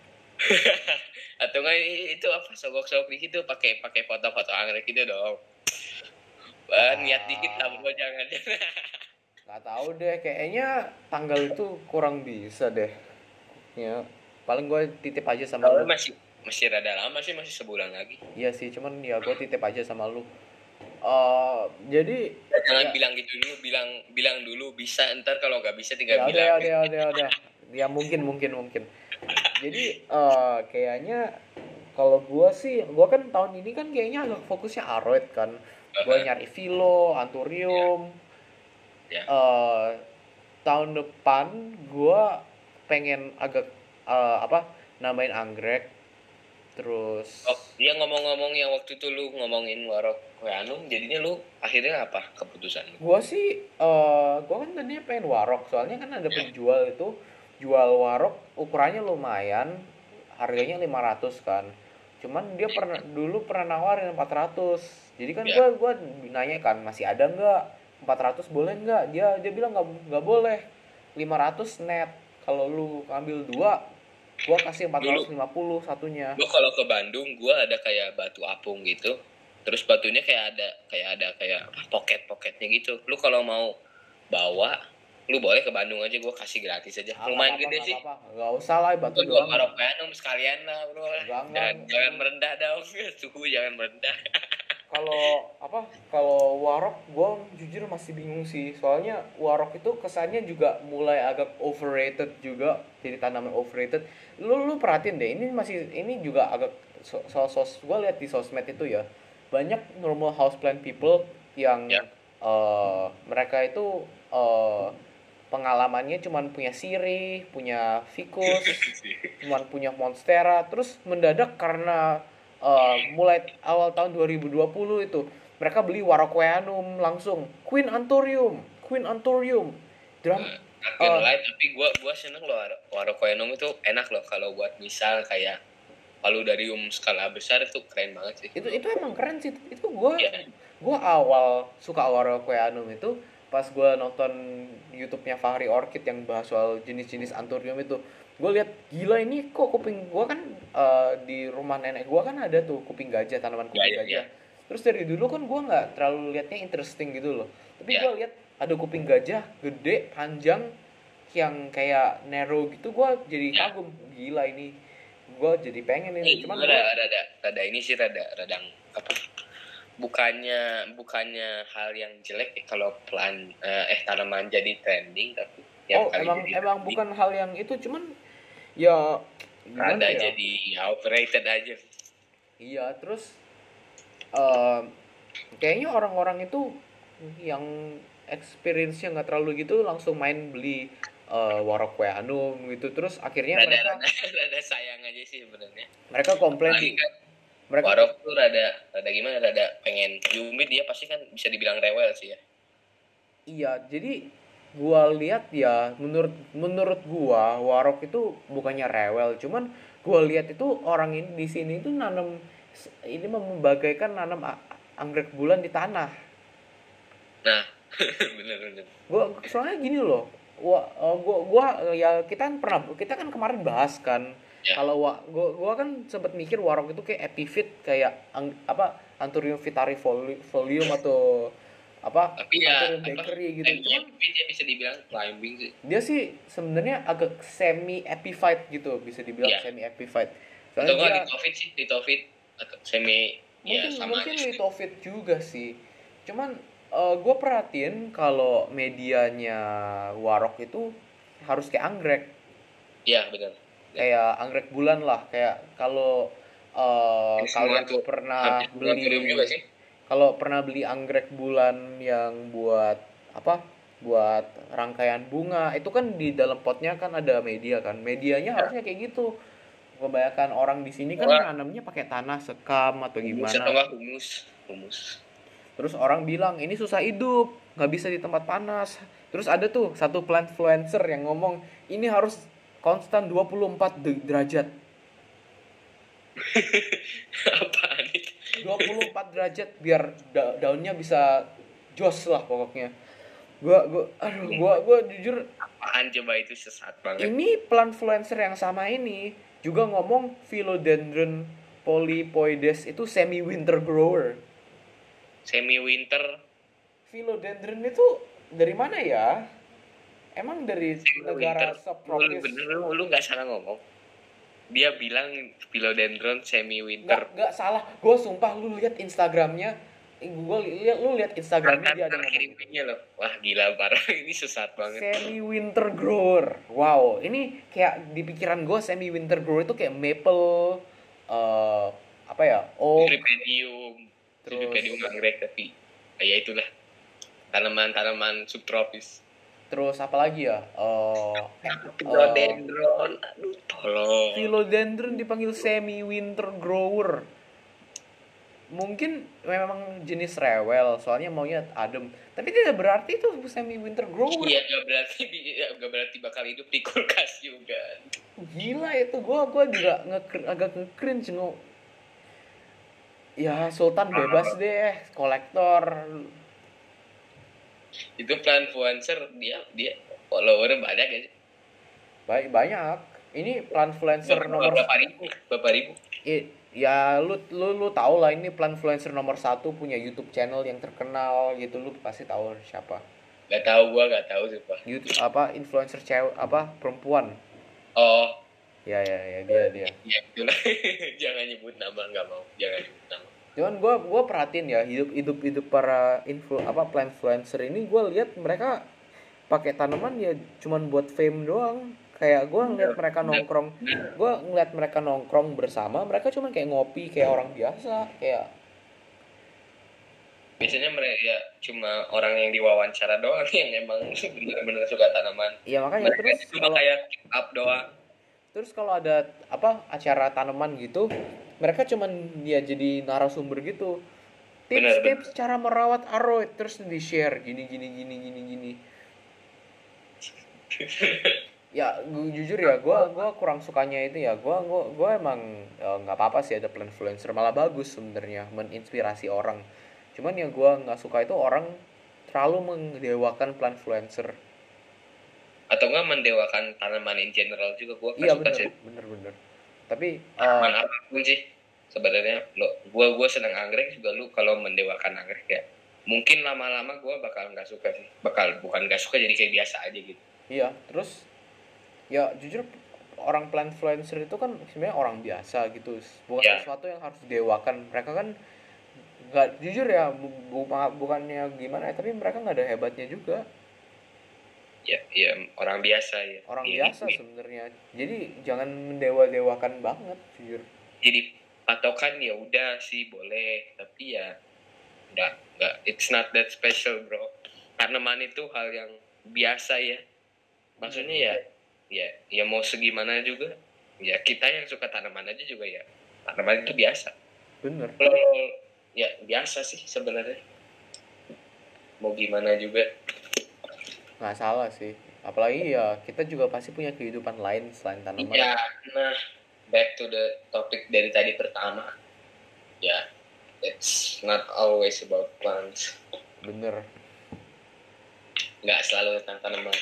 Atau enggak itu apa sogok-sogok dikit tuh pakai pakai foto-foto anggrek gitu dong. Wah, niat dikit lah bro, jangan. nggak tahu deh, kayaknya tanggal itu kurang bisa deh ya. Paling gue titip aja sama Kalau lu. masih masih rada lama sih, masih sebulan lagi. Iya sih, cuman ya gue titip aja sama lu. Eh jadi Jangan ya, bilang gitu dulu, bilang bilang dulu bisa, ntar kalau nggak bisa ya tinggal udah ya bilang. udah ya udah ya udah. Ya mungkin mungkin mungkin. Jadi eh kayaknya kalau gue sih, gue kan tahun ini kan kayaknya agak fokusnya Aroid kan. Gue nyari Philo, Anthurium. Ya. Eh tahun depan gue pengen agak eh, apa nambahin anggrek. Terus Oh, dia ngomong-ngomong yang waktu itu lu ngomongin warok Weanum, jadinya lu akhirnya apa keputusan lu? gua sih eh gua kan tadinya pengen warok, soalnya kan ada penjual itu jual warok ukurannya lumayan, harganya lima ratus kan. Cuman dia pernah dulu pernah nawarin empat ratus. Jadi kan Ya. gua gua nanya kan masih ada nggak empat ratus, boleh nggak? Dia dia bilang nggak nggak boleh, lima ratus net. Kalau lu ambil dua, gua kasih empat ratus lima puluh satunya. Gua kalau ke Bandung, gua ada kayak batu apung gitu. Terus batunya kayak ada kayak ada kayak pocket-pocketnya gitu. Lu kalau mau bawa, lu boleh ke Bandung aja, gue kasih gratis aja. Ah, Lumayan nggak apa-apa, gede nggak sih. apa-apa. Nggak usah lah, batu Itu dua doang. Waroqueanum sekalian lah bro. Enggak, enggak. Jangan, jangan merendah dong, suhu jangan merendah. Kalau apa? Kalau warok, gue jujur masih bingung sih. Soalnya warok itu kesannya juga mulai agak overrated juga, jadi tanaman overrated. Lu lu perhatiin deh, ini masih ini juga agak so, so, sos. Gue lihat di sosmed itu ya, banyak normal houseplant people yang Ya. eh, mereka itu eh, pengalamannya cuman punya sirih, punya ficus, cuman punya monstera, terus mendadak karena uh, mulai awal tahun dua ribu dua puluh itu mereka beli Waroqueanum langsung, Queen Anthurium, Queen Anthurium, drum. Tapi uh, lain, tapi gue gua seneng loh Waroqueanum itu enak loh kalau buat misal kayak paludarium skala besar itu keren banget sih. itu itu emang keren sih. Itu gue Iya. gue awal suka Waroqueanum itu pas gue nonton YouTube-nya Fahri Orchid yang bahas soal jenis-jenis anthurium itu. Gue lihat gila ini kok kuping gue kan uh, di rumah nenek gue kan ada tuh kuping gajah, tanaman kuping Ya, ya, gajah. ya. Terus dari dulu kan gue nggak terlalu liatnya interesting gitu loh. Tapi Ya. gue lihat ada kuping gajah gede panjang yang kayak narrow gitu, gue jadi Ya. kagum. Gila ini, gue jadi pengen ini. Eh, Cuman gua gue rada, rada, rada ini sih rada, radang apa? Bukannya, bukannya hal yang jelek ya kalau pelan eh, eh tanaman jadi trending, tapi oh tiap kali emang jadi emang trending, bukan hal yang itu, cuman ya gimana rada ya. jadi overrated aja. Iya, terus eh, kayaknya orang-orang itu yang experience-nya nggak terlalu gitu langsung main beli uh, Waroqueanum gitu, terus akhirnya Rada, mereka rada, rada sayang aja sih sebenarnya. mereka komplain Apalagi di kan mereka Warok tuh rada, rada gimana, rada pengen humid, dia pasti kan bisa dibilang rewel sih ya. iya, jadi gua lihat ya, menurut menurut gua Warok itu bukannya rewel, cuman gua lihat itu orang ini di sini itu nanam ini membagaikan nanam a- anggrek bulan di tanah. Nah, bener-bener. Gua soalnya gini loh, gua eh, gua gua eh, ya kita kan pernah kita kan kemarin bahas kan Ya. kalau wa, gua gua kan sempat mikir warok itu kayak epiphyt, kayak ang, apa Anthurium vitarifolium atau apa Tapi ya, Anthurium apa, bakery gitu. climbing Cuman epiphyte dia bisa dibilang climbing sih. dia sih sebenarnya agak semi epiphyte gitu, bisa dibilang Iya. semi epiphyte. Atau Soalnya nggak dia litofit sih, litofit atau semi, ya mungkin sama mungkin aja sih. litofit juga sih. Cuman gue perhatiin kalau medianya warok itu harus kayak anggrek, Iya benar. kayak anggrek bulan lah, kayak kalau uh, Ini semua kalian tuh pernah hampir semua anthurium beli juga sih. kalau pernah beli anggrek bulan yang buat apa buat rangkaian bunga itu kan di dalam potnya kan ada media kan, medianya harusnya kayak gitu. Kebanyakan orang di sini kan Wah. nanamnya pakai tanah sekam atau Humus atau gimana. nggak humus, humus. Terus orang bilang ini susah hidup, nggak bisa di tempat panas. Terus ada tuh satu plant influencer yang ngomong ini harus konstan dua puluh empat de- derajat. Apaan itu? dua puluh empat derajat biar da- daunnya bisa jos lah pokoknya. Gua gua aduh gua gua jujur Apaan coba, itu sesat banget. ini plant influencer yang sama ini juga ngomong philodendron polypoides itu semi winter grower. Semi winter. Philodendron itu dari mana ya? Emang dari negara Winter. Lu subtropis? bener, lu, lu nggak salah ngomong. Dia bilang philodendron semi Nggak, winter. nggak salah. Gue sumpah lu lihat Instagramnya. Gue lihat lu lihat Instagramnya dia ada ngomong kirim gitu. linknya loh. Wah gila parah, ini sesat banget. Semi winter grower. Wow, ini kayak di pikiran gue semi winter grower itu kayak maple, eh apa ya, oak, Tripedium, Terus- Tripedium anggrek, tapi ya itulah tanaman-tanaman subtropis. terus apa lagi ya? Eh Philodendron, aduh tolong. Philodendron dipanggil semi winter grower. Mungkin memang jenis rewel, soalnya maunya adem. Tapi tidak berarti itu semi winter grower. Iya, gak berarti gak berarti bakal hidup di kulkas juga. Gila itu, gue gua juga nge- agak nge-cringe nge- ya Sultan bebas deh, kolektor. Itu plant influencer, dia dia followernya banyak ya. Baik banyak. Ini plant influencer nomor Berapa ribu? Berapa ribu? I- ya lu lu lu tahu lah, ini plant influencer nomor satu punya YouTube channel yang terkenal gitu, lu pasti tahu siapa. Gak tahu, gua gak tahu sumpah. YouTube apa influencer cewek apa perempuan. Oh, Ya ya ya dia dia. ya itulah. Jangan nyebut nama, nggak mau. Jangan nyebut nama. Cuman gue gua perhatiin ya hidup hidup hidup para influ apa plant influencer ini gue lihat mereka pakai tanaman ya cuman buat fame doang. Kayak gue ngeliat mereka nongkrong, gue ngeliat mereka nongkrong bersama, mereka cuman kayak ngopi kayak orang biasa, kayak Biasanya mereka ya cuma orang yang diwawancara doang yang emang bener-bener suka tanaman. iya makanya Mereka terus cuma kalau kayak keep up doang. terus kalau ada apa acara tanaman gitu, mereka cuman ya jadi narasumber gitu. Bener, bener. Tips-tips cara merawat aroid terus di share gini gini gini gini gini. Ya gua, jujur ya gue gua kurang sukanya itu ya gue gua gua emang nggak e, apa-apa sih ada plant influencer malah bagus sebenarnya menginspirasi orang, cuman yang gue nggak suka itu orang terlalu mendewakan plant influencer. Atau enggak mendewakan tanaman in general juga, gue Iya suka bener sih. bener bener tapi Tanaman uh, apapun sih sebenarnya. Lo gue gue seneng anggrek juga, lu kalau mendewakan anggrek ya mungkin lama-lama gue bakal nggak suka sih, bakal bukan nggak suka jadi kayak biasa aja gitu. iya terus ya jujur orang plant influencer itu kan sebenarnya orang biasa gitu, bukan Ya. sesuatu yang harus didewakan. Mereka kan nggak jujur ya bu, bu, bukannya gimana ya, tapi mereka nggak ada hebatnya juga. Ya, ya orang biasa ya. Orang ya, biasa gitu. sebenarnya. Jadi jangan mendewa-dewakan banget jujur. Jadi patokan ya udah sih boleh, tapi ya nggak nggak it's not that special bro. Tanaman itu hal yang biasa ya. Maksudnya ya ya ya mau segimana juga ya, kita yang suka tanaman aja juga ya tanaman itu biasa. Bener. Kalau ya biasa sih sebenarnya, mau gimana juga nggak salah sih, apalagi ya kita juga pasti punya kehidupan lain selain tanaman. ya. Nah, back to the topic dari tadi pertama ya, it's not always about plants. Bener. Nggak selalu tentang tanaman.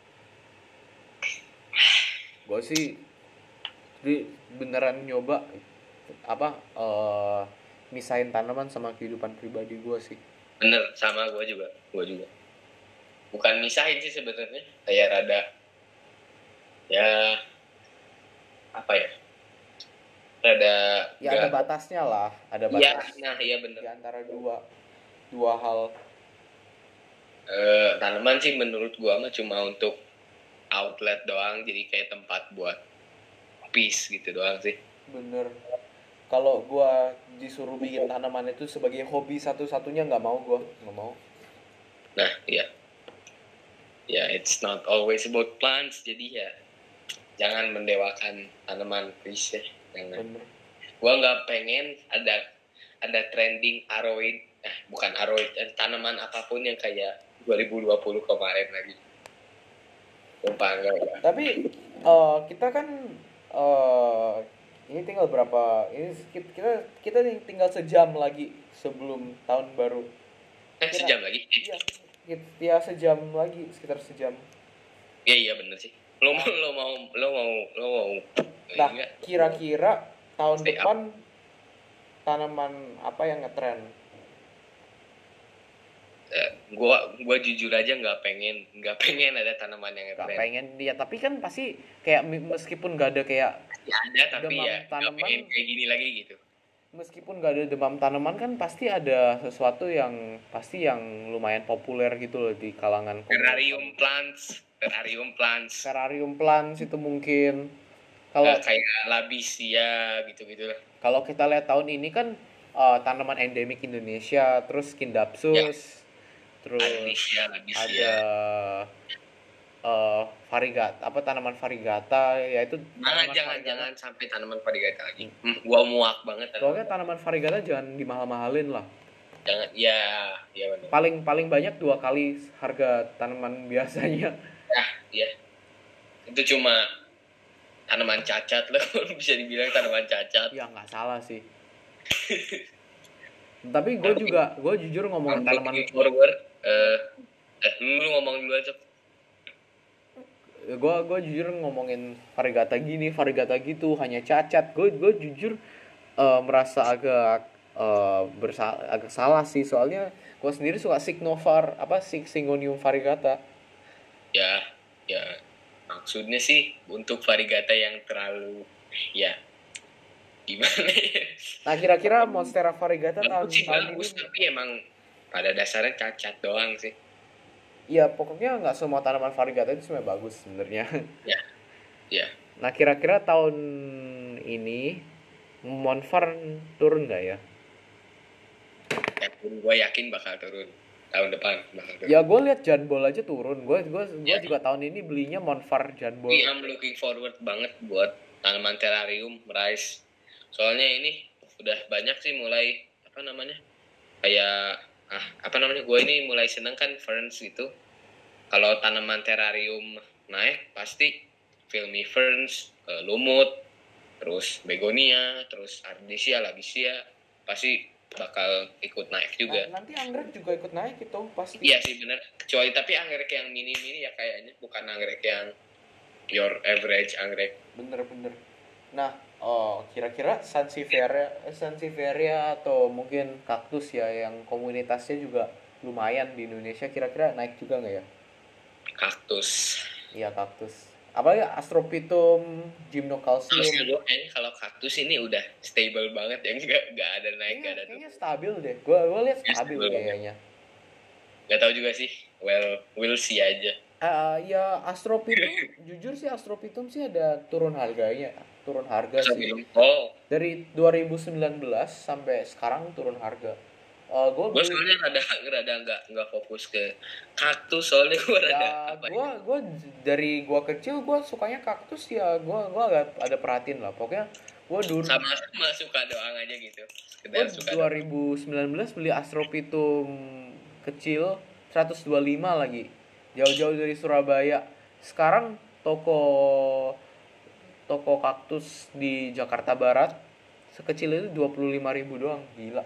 Gue sih di beneran nyoba apa uh, misahin tanaman sama kehidupan pribadi gue sih. Bener, sama gue juga gue juga bukan misahin sih sebenarnya, kayak rada ya apa ya, rada ya ada batasnya lah, ada batas ya, nah iya bener di antara dua dua hal. Uh, tanaman sih menurut gue mah cuma untuk outlet doang, jadi kayak tempat buat peace gitu doang sih. Bener. Kalau gue disuruh bikin tanaman itu sebagai hobi satu-satunya nggak mau, gue nggak mau. Nah iya ya, it's not always about plants, jadi ya jangan mendewakan tanaman please ya, jangan. Bener. Gue nggak pengen ada ada trending aroid, nah bukan aroid, tanaman apapun yang kayak dua ribu dua puluh kemarin lagi. Sumpah enggak, enggak. Tapi uh, kita kan uh, ini tinggal berapa? Ini kita kita tinggal sejam lagi sebelum tahun baru. Eh Kira, sejam lagi? Iya, ya sejam lagi, sekitar sejam. Iya iya bener sih. Lo mau lo mau lo mau lo mau. Nah, kira-kira tahun Stay depan up. Tanaman apa yang ngetren? Uh, gua gua jujur aja nggak pengen nggak pengen ada tanaman yang ngetren. Nggak pengen dia, tapi kan pasti kayak meskipun nggak ada kayak ya ada tapi demam ya tanaman, nggak pengen kayak gini lagi gitu. Meskipun nggak ada demam tanaman kan pasti ada sesuatu yang pasti yang lumayan populer gitu loh di kalangan terrarium plants, terrarium plants. Terrarium plants itu mungkin kalau uh, kayak labisia gitu-gitu lah. Kalau kita lihat tahun ini kan uh, tanaman endemik Indonesia, terus Skindapsus, ya. Terus Labisia, labisia. ada uh, varigata, apa tanaman varigata, yaitu jangan jangan varigata. Jangan sampai tanaman varigata lagi. Hmm. Hmm, gua muak banget. Pokoknya tanaman varigata jangan dimahal-mahalin lah. Jangan, ya, ya benar. Paling paling banyak dua kali harga tanaman biasanya. Ya, ya. Itu cuma tanaman cacat loh, bisa dibilang tanaman cacat. Ya nggak salah sih. Tapi gue juga, gue jujur ngomongin tanaman forward. Uh, eh, lu ngomong dulu aja. Gue gue jujur ngomongin varigata gini, varigata gitu, hanya cacat. Gue gue jujur uh, merasa agak uh, bersa- agak salah sih, soalnya gue sendiri suka Signovar apa sih Syngonium variegata. Ya, ya maksudnya sih untuk variegata yang terlalu ya gimana ya. Nah kira-kira Monstera variegata tahun Bagus sih tahun ini, bagus, tapi emang pada dasarnya cacat doang sih. ya pokoknya nggak semua tanaman variegata itu sebenarnya bagus sebenarnya. Ya, ya. Nah kira-kira tahun ini Monfar turun nggak ya? Yakin, gue yakin bakal turun tahun depan bakal turun. Ya gue lihat Janbol aja turun. Gue gue gue Ya. juga tahun ini belinya Monfar Janbol. Tapi I'm looking forward banget buat tanaman terrarium Rise. Soalnya ini udah banyak sih mulai apa namanya kayak ah apa namanya gue ini mulai seneng kan ferns gitu. Kalau tanaman terrarium naik pasti filmy ferns, uh, lumut, terus begonia, terus ardisia, labisia pasti bakal ikut naik juga. Nah, nanti anggrek juga ikut naik itu pasti. Iya sih bener. Kecuali tapi anggrek yang mini-mini ya kayaknya bukan anggrek yang your average anggrek. Bener-bener. Nah, oh kira-kira Sansevieria, Sansevieria atau mungkin kaktus ya yang komunitasnya juga lumayan di Indonesia, kira-kira naik juga nggak ya? Kaktus. Iya kaktus. Apa ya Astrophytum, Terus Gymnocalcium. gue kayaknya kalau kaktus ini udah stable banget ya, nggak nggak ada naik Kayaknya, nggak ada kayaknya turun. stabil deh. Gua gua lihat Ya, stabil stabil. kayaknya. Nggak tahu juga sih. Well, we'll see aja. Ah, ya Astrophytum, jujur sih Astrophytum sih ada turun harganya, turun harga Masa sih. belum? Oh, Dari dua ribu sembilan belas sampai sekarang turun harga. Uh, gue gue beli soalnya rada rada nggak nggak fokus ke kaktus soalnya gue rada ya apa gue ya? gue dari gue kecil gue sukanya kaktus ya gue gue agak ada perhatiin lah pokoknya gue dur Sama sama suka doang aja gitu. gue Sekedar suka dua doang. ribu sembilan belas beli Astrophytum kecil seratus dua puluh lima lagi jauh-jauh dari Surabaya. Sekarang toko toko kaktus di Jakarta Barat sekecil itu dua puluh lima ribu doang, gila.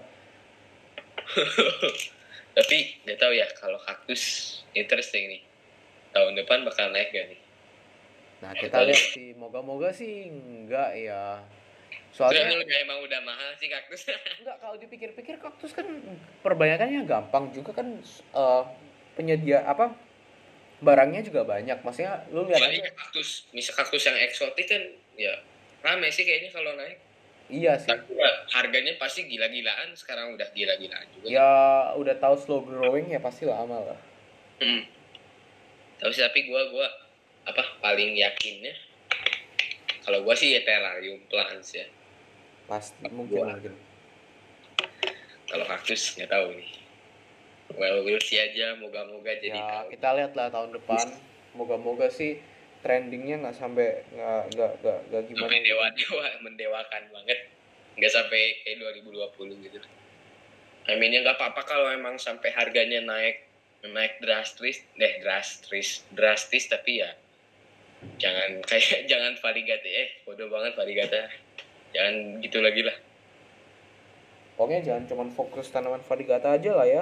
Tapi nggak tahu ya kalau kaktus interesting nih. Tahun depan bakal naik gak nih? Nah kita lihat sih, moga-moga sih enggak ya. Soalnya Soalnya emang udah mahal sih kaktus. enggak, kalau dipikir-pikir kaktus kan perbanyakannya gampang juga kan, eh, penyedia apa barangnya juga banyak. Maksudnya lu lihat Soalnya aja. kaktus, misal kaktus yang eksotik kan ya rame sih kayaknya kalau naik. Iya sih. Tapi ya, harganya pasti gila-gilaan. Sekarang udah gila-gilaan juga. Ya udah tahu slow growing ya pasti lama lah. Hmm. Tapi tapi gue gua apa paling yakinnya kalau gue sih ya terrarium plants ya. Pasti mungkin Gua. mungkin. Kalau kaktus nggak tahu nih. Well, we'll see aja. Moga-moga jadi Ya tahu. kita lihat lah tahun depan. Moga-moga sih trendingnya nggak sampai nggak nggak nggak nggak gimana. Sampai dewa-dewa mendewakan banget. Nggak sampai kayak dua ribu dua puluh gitu. I mean ya nggak apa-apa kalau emang sampai harganya naik naik drastis, deh drastis, drastis tapi ya jangan kayak jangan varigata eh bodoh banget varigata. Jangan gitu lagi lah. Pokoknya jangan cuman fokus tanaman varigata aja lah ya.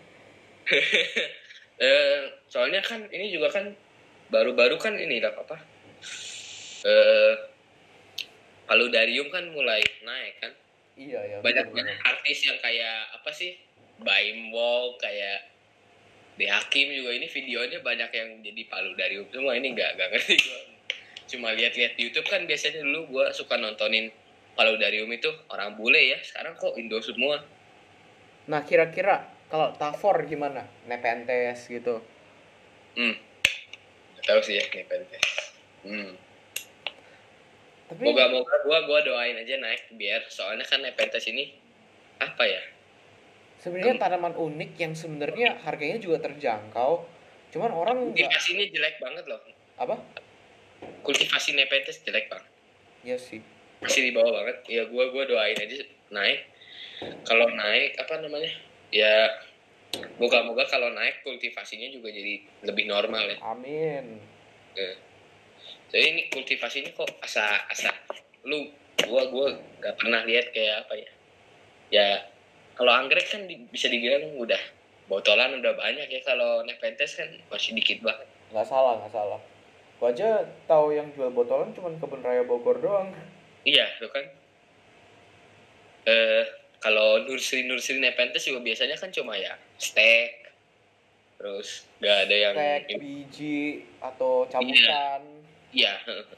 eh, soalnya kan ini juga kan baru-baru kan ini lah apa? Eh, Paludarium kan mulai naik kan. Iya ya. Banyak benar, banyak benar. artis yang kayak apa sih? Baim Wall kayak De Hakim juga ini videonya banyak yang jadi paludarium semua ini nggak nggak ngerti gue. Cuma lihat-lihat di YouTube kan biasanya dulu gue suka nontonin paludarium itu orang bule ya. Sekarang kok Indo semua. Nah kira-kira kalau Tavor gimana? Nepenthes gitu. Hmm. Gak tahu sih ya Nepenthes. Hmm. Tapi Moga-moga gue gua doain aja naik biar soalnya kan Nepenthes ini apa ya? sebenarnya tanaman unik yang sebenarnya harganya juga terjangkau. Cuman orang nggak Kultivasinya jelek banget loh. apa? Kultivasi Nepenthes jelek banget. Ya sih. Masih di bawah banget. Ya gue gua doain aja naik. Kalau naik apa namanya? Ya moga-moga kalau naik kultivasinya juga jadi lebih normal ya. Amin. Ya. Jadi ini kultivasinya kok asa-asa lu gua gua gak pernah lihat kayak apa ya. Ya kalau anggrek kan di, bisa dibilang udah botolan udah banyak ya, kalau Nepenthes kan masih dikit banget. Nggak salah, nggak salah. Gua aja tahu yang jual botolan cuman Kebun Raya Bogor doang. Iya, tuh kan. Eh kalau nursery nursery Nepenthes juga biasanya kan cuma ya stek, terus nggak ada yang Stek, biji atau cabutan. Iya.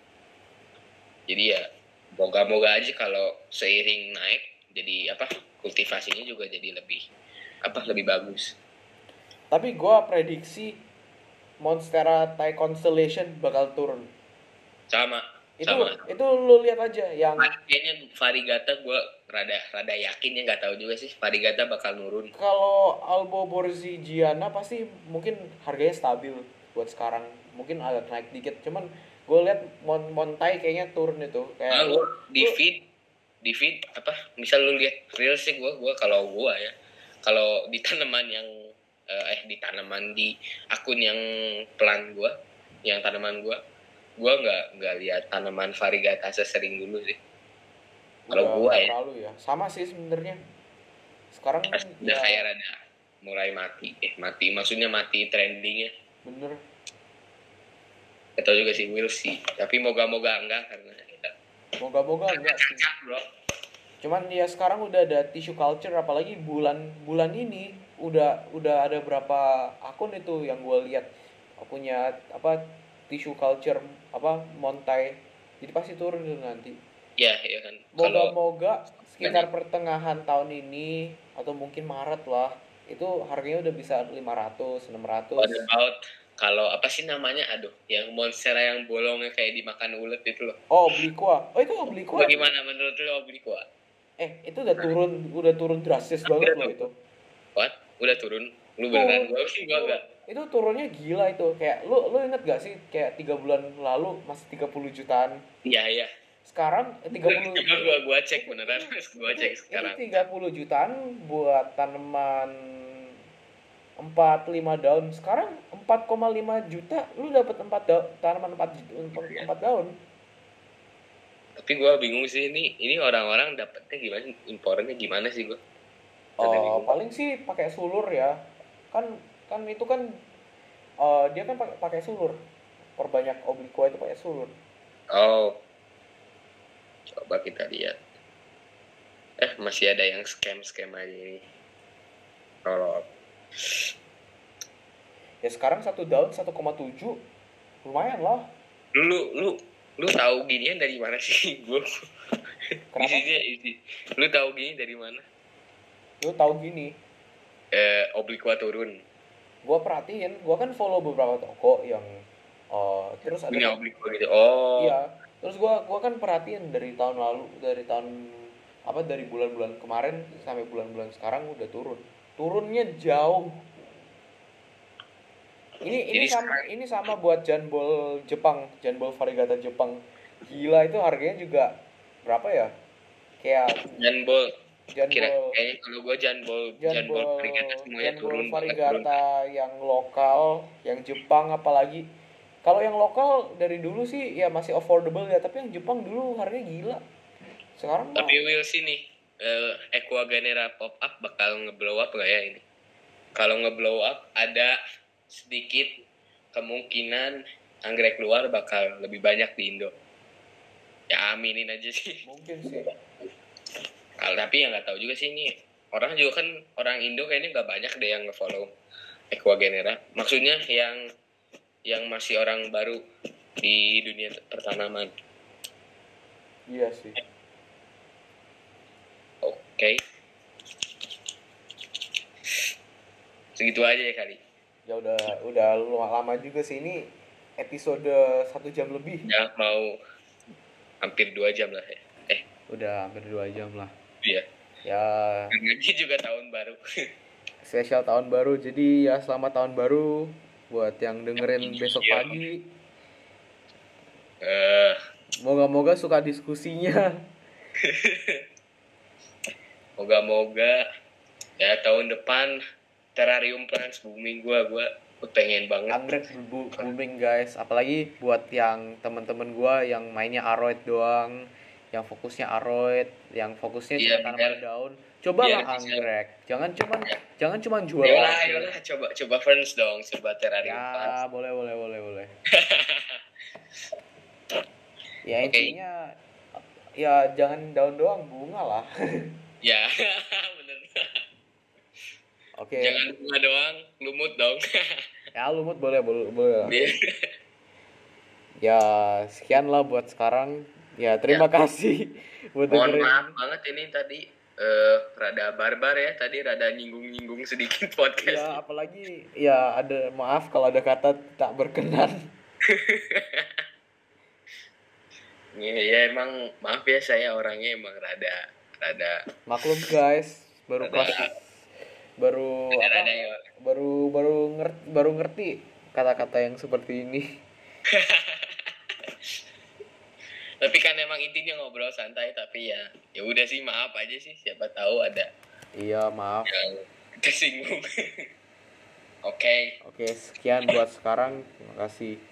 Jadi ya moga-moga aja kalau seiring naik jadi apa kultivasinya juga jadi lebih apa lebih bagus. Tapi gue prediksi Monstera Thai Constellation bakal turun. Sama. Itu sama. itu lu lihat aja yang kayaknya Varigata gue rada rada yakin ya, nggak tahu juga sih Varigata bakal nurun. Kalau Alboborzigiana pasti mungkin harganya stabil buat sekarang. Mungkin agak naik dikit, cuman gue lihat Mon Montai kayaknya turun itu. Kayak Nah, lu, di lu- feed di feed apa misal lu lihat real sih gue gue kalau gue ya kalau di tanaman yang eh, eh di tanaman di akun yang pelan gue yang tanaman gue gue nggak nggak lihat tanaman Varigata sesering dulu sih kalau udah gue nggak ya terlalu ya. Sama sih sebenarnya. Sekarang udah ya kayak rada mulai mati eh mati maksudnya mati trendingnya. bener. Atau juga sih will sih tapi moga-moga enggak karena ya, Moga-moga enggak sih. cacak bro. Cuman ya sekarang udah ada tissue culture, apalagi bulan bulan ini udah udah ada berapa akun itu yang gue lihat punya apa tissue culture apa Montai, jadi pasti turun itu nanti. Ya ya kan kalau Moga-moga sekitar pertengahan tahun ini atau mungkin Maret lah itu harganya udah bisa lima ratus enam what ratus. about kalau apa sih namanya aduh yang monstera yang bolongnya kayak dimakan ulet itu loh. Oh, obliqua. Oh, itu obliqua. Bagaimana menurut lo obliqua? Eh, itu udah turun udah turun drastis banget loh itu. What? Udah turun? Lu beneran? Gue sih gue enggak. Itu turunnya gila itu. Kayak lu lu inget gak sih kayak tiga bulan lalu masih tiga puluh jutaan. Iya iya. Sekarang tiga puluh. Coba gua gua cek beneran. Gua cek sekarang. Itu tiga puluh jutaan buat tanaman empat lima daun. Sekarang empat koma lima juta lu dapat empat daun, tanaman empat empat daun. Tapi gue bingung sih ini ini orang-orang dapetnya gimana, impornya gimana sih gue? Oh, paling sih pakai sulur ya. Kan kan itu kan uh, dia kan pakai pakai sulur. Perbanyak obliqua itu pakai sulur. Oh, coba kita lihat. Eh masih ada yang scam scam aja ini. Kalau ya sekarang satu daun satu koma tujuh lumayan lah. Lu lu lu tahu ginian dari mana sih gue? Isinya isi. Lu tahu gini dari mana? Lu tahu gini? Eh obliqua turun. Gua perhatiin, gua kan follow beberapa toko yang uh, terus ada punya obliqua gitu. Oh. Iya. Terus gua gua kan perhatiin dari tahun lalu, dari tahun apa dari bulan-bulan kemarin sampai bulan-bulan sekarang udah turun. Turunnya jauh. Ini ini Jadi sama sekarang, ini sama buat janbol Jepang, janbol Varigata Jepang. Gila itu harganya juga berapa ya? Kayak janbol janbol kira kayaknya kalau gua janbol janbol Varigata semuanya janbol turun. Varigata yang lokal, yang Jepang apalagi. Kalau yang lokal dari dulu sih ya masih affordable ya, tapi yang Jepang dulu harganya gila. Sekarang tapi will sih nih uh, Equagenera pop up bakal ngeblow up gak ya ini? Kalau ngeblow up ada sedikit kemungkinan anggrek luar bakal lebih banyak di Indo. Ya aminin aja sih. Mungkin sih. Kalau tapi yang nggak tahu juga sih ini orang juga kan orang Indo kayaknya nggak banyak deh yang ngefollow Equagenera. Maksudnya yang yang masih orang baru di dunia pertanaman. Iya sih. Oke. Okay. Segitu aja ya kali. Ya udah udah lama juga sih ini episode satu jam lebih. Ya mau hampir dua jam lah ya. Eh udah hampir dua jam lah. Iya. Ya. Ini juga tahun baru. Spesial tahun baru, jadi ya selamat tahun baru buat yang dengerin besok iya. pagi. Uh. Moga-moga suka diskusinya. Moga-moga ya tahun depan terrarium plants booming gua gua pengen banget. Anggrek booming guys, apalagi buat yang teman-teman gua yang mainnya aroid doang, yang fokusnya aroid, yang fokusnya iya, cuma tanaman daun. Cobalah anggrek. Jangan cuma ya. jangan cuma jual. Yolah, yolah, coba coba ferns dong, coba terrarium ya, plants. Ya, boleh boleh boleh boleh. Ya okay. Intinya ya jangan daun doang, bunga lah. Ya, bener. Oke. Jangan bunga doang, lumut dong. Ya lumut boleh boleh boleh lah. Dia- Ya sekian lah buat sekarang. Ya terima kasih buat Mohon dengerin. maaf banget ini tadi eh rada barbar ya, tadi rada nyinggung-nyinggung sedikit Ya podcast. apalagi ya ada maaf kalau ada kata tak berkenan. Ya, ya emang maaf ya, saya orangnya emang rada rada Maklum guys, baru Ada- kelas baru apa? rada ya. Baru baru ngerti baru ngerti kata-kata yang seperti ini. Tapi kan emang intinya ngobrol santai, tapi ya ya udah sih, maaf aja sih, siapa tahu ada Iya maaf. yang tersinggung. Oke. Oke sekian buat sekarang. Terima kasih.